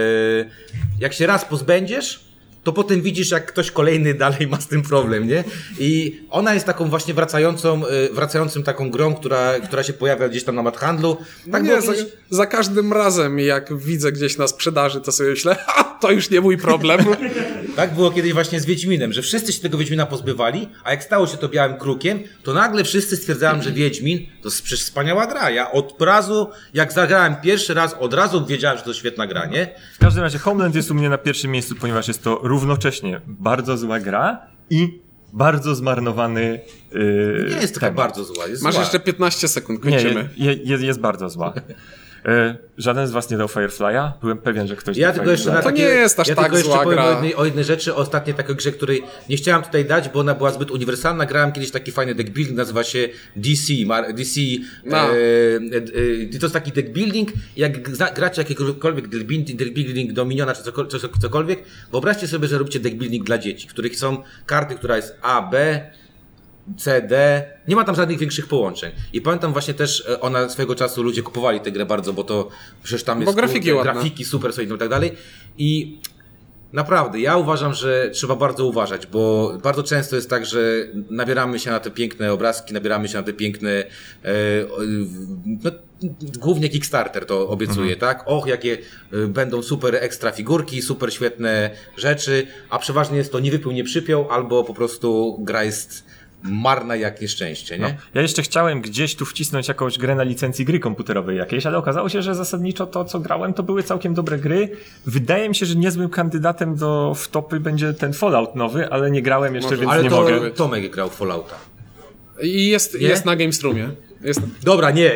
jak się raz pozbędziesz, to potem widzisz, jak ktoś kolejny dalej ma z tym problem, nie? I ona jest taką właśnie wracającym taką grą, która się pojawia gdzieś tam na Madhandlu. Tak, no nie, za każdym razem, jak widzę gdzieś na sprzedaży, to sobie myślę, to już nie mój problem. Tak było kiedyś właśnie z Wiedźminem, że wszyscy się tego Wiedźmina pozbywali, a jak stało się to Białym Krukiem, to nagle wszyscy stwierdzałem, że Wiedźmin to jest przecież wspaniała gra. Ja od razu, jak zagrałem pierwszy raz, od razu wiedziałem, że to świetna gra, nie? W każdym razie Homeland jest u mnie na pierwszym miejscu, ponieważ jest to równocześnie bardzo zła gra i bardzo zmarnowany Nie jest taka bardzo zła. Jest Masz zła. jeszcze 15 sekund, Nie, kończymy. jest bardzo zła. Żaden z was nie dał Firefly'a? Byłem pewien, że ktoś Ja dał tylko jeszcze na To takie, nie jest aż ja tak tylko jeszcze zła powiem gra. o jednej rzeczy, o ostatniej takiej grze, której nie chciałem tutaj dać, bo ona była zbyt uniwersalna. Grałem kiedyś taki fajny deck building, nazywa się DC. No. To jest taki deck building. Jak gracie jakikolwiek deck building do miniona czy cokolwiek, wyobraźcie sobie, że robicie deck building dla dzieci, w których są karty, która jest A, B, C, D, nie ma tam żadnych większych połączeń. I pamiętam właśnie też, ona swojego czasu ludzie kupowali tę grę bardzo, bo to przecież tam jest grafiki ładne. grafiki super solidne i tak dalej. I naprawdę, ja uważam, że trzeba bardzo uważać, bo bardzo często jest tak, że nabieramy się na te piękne obrazki, nabieramy się na te piękne no, głównie Kickstarter to obiecuje, tak? Och, jakie będą super ekstra figurki, super świetne rzeczy, a przeważnie jest to nie wypił, nie przypiął, albo po prostu gra jest marna jak nieszczęście, nie? No. Ja jeszcze chciałem gdzieś tu wcisnąć jakąś grę na licencji gry komputerowej jakiejś, ale okazało się, że zasadniczo to, co grałem, to były całkiem dobre gry. Wydaje mi się, że niezłym kandydatem w topy będzie ten Fallout nowy, ale nie grałem jeszcze, więc Ale nie to mogę. Tomek grał w Fallouta. I jest na Games Roomie. Dobra, nie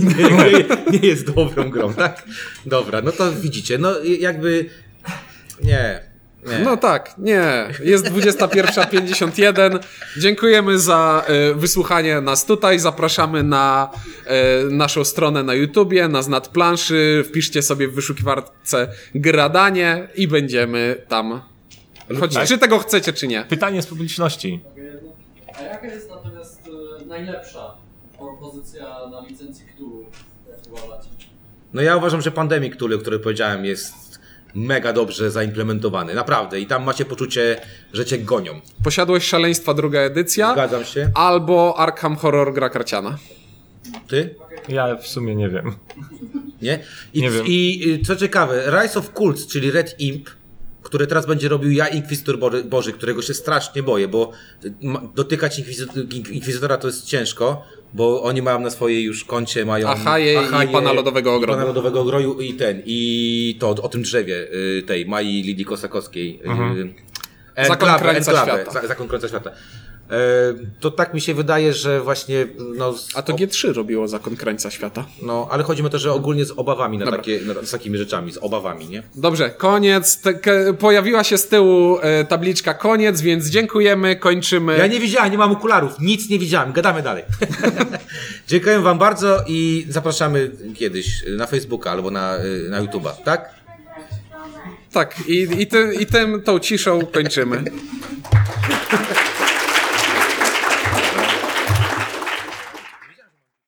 jest dobrą grą, tak? Dobra, no to widzicie, no jakby nie. No tak, nie. Jest 21:51. Dziękujemy za wysłuchanie nas tutaj. Zapraszamy na naszą stronę na YouTubie, na Znad Planszy. Wpiszcie sobie w wyszukiwarce Gradanie i będziemy tam. Choć czy tego chcecie, czy nie. Pytanie z publiczności. A jaka jest natomiast najlepsza propozycja na licencji Cthulhu, jak uważacie? No ja uważam, że Pandemic, o której powiedziałem, jest mega dobrze zaimplementowany, naprawdę. I tam macie poczucie, że cię gonią. Posiadłość Szaleństwa, druga edycja. Zgadzam się. Albo Arkham Horror, gra karciana. Ty? Ja w sumie nie wiem. Nie? Nie wiem. I co ciekawe, Rise of Cults, czyli Red Imp, który teraz będzie robił Inkwizytor Boży, którego się strasznie boję, bo dotykać Inkwizytora to jest ciężko, bo oni mają na swojej już koncie, mają Achaje i Pana Lodowego Ogrodu. Pana Lodowego Ogrodu i to o tym drzewie tej Mai Lidii Kosakowskiej. Zakon Krańca Świata. Zakon Krańca Świata. To tak mi się wydaje, że właśnie... No, A to G3 robiło Zakon Krańca Świata. No, ale chodzi mi o to, że ogólnie z obawami z takimi rzeczami, z obawami, nie? Dobrze, koniec. Pojawiła się z tyłu tabliczka koniec, więc dziękujemy, kończymy. Ja nie widziałem, nie mam okularów, nic nie widziałem, gadamy dalej. Dziękuję wam bardzo i zapraszamy kiedyś na Facebooka albo na YouTube'a, tak? Tak, i tą ciszą kończymy.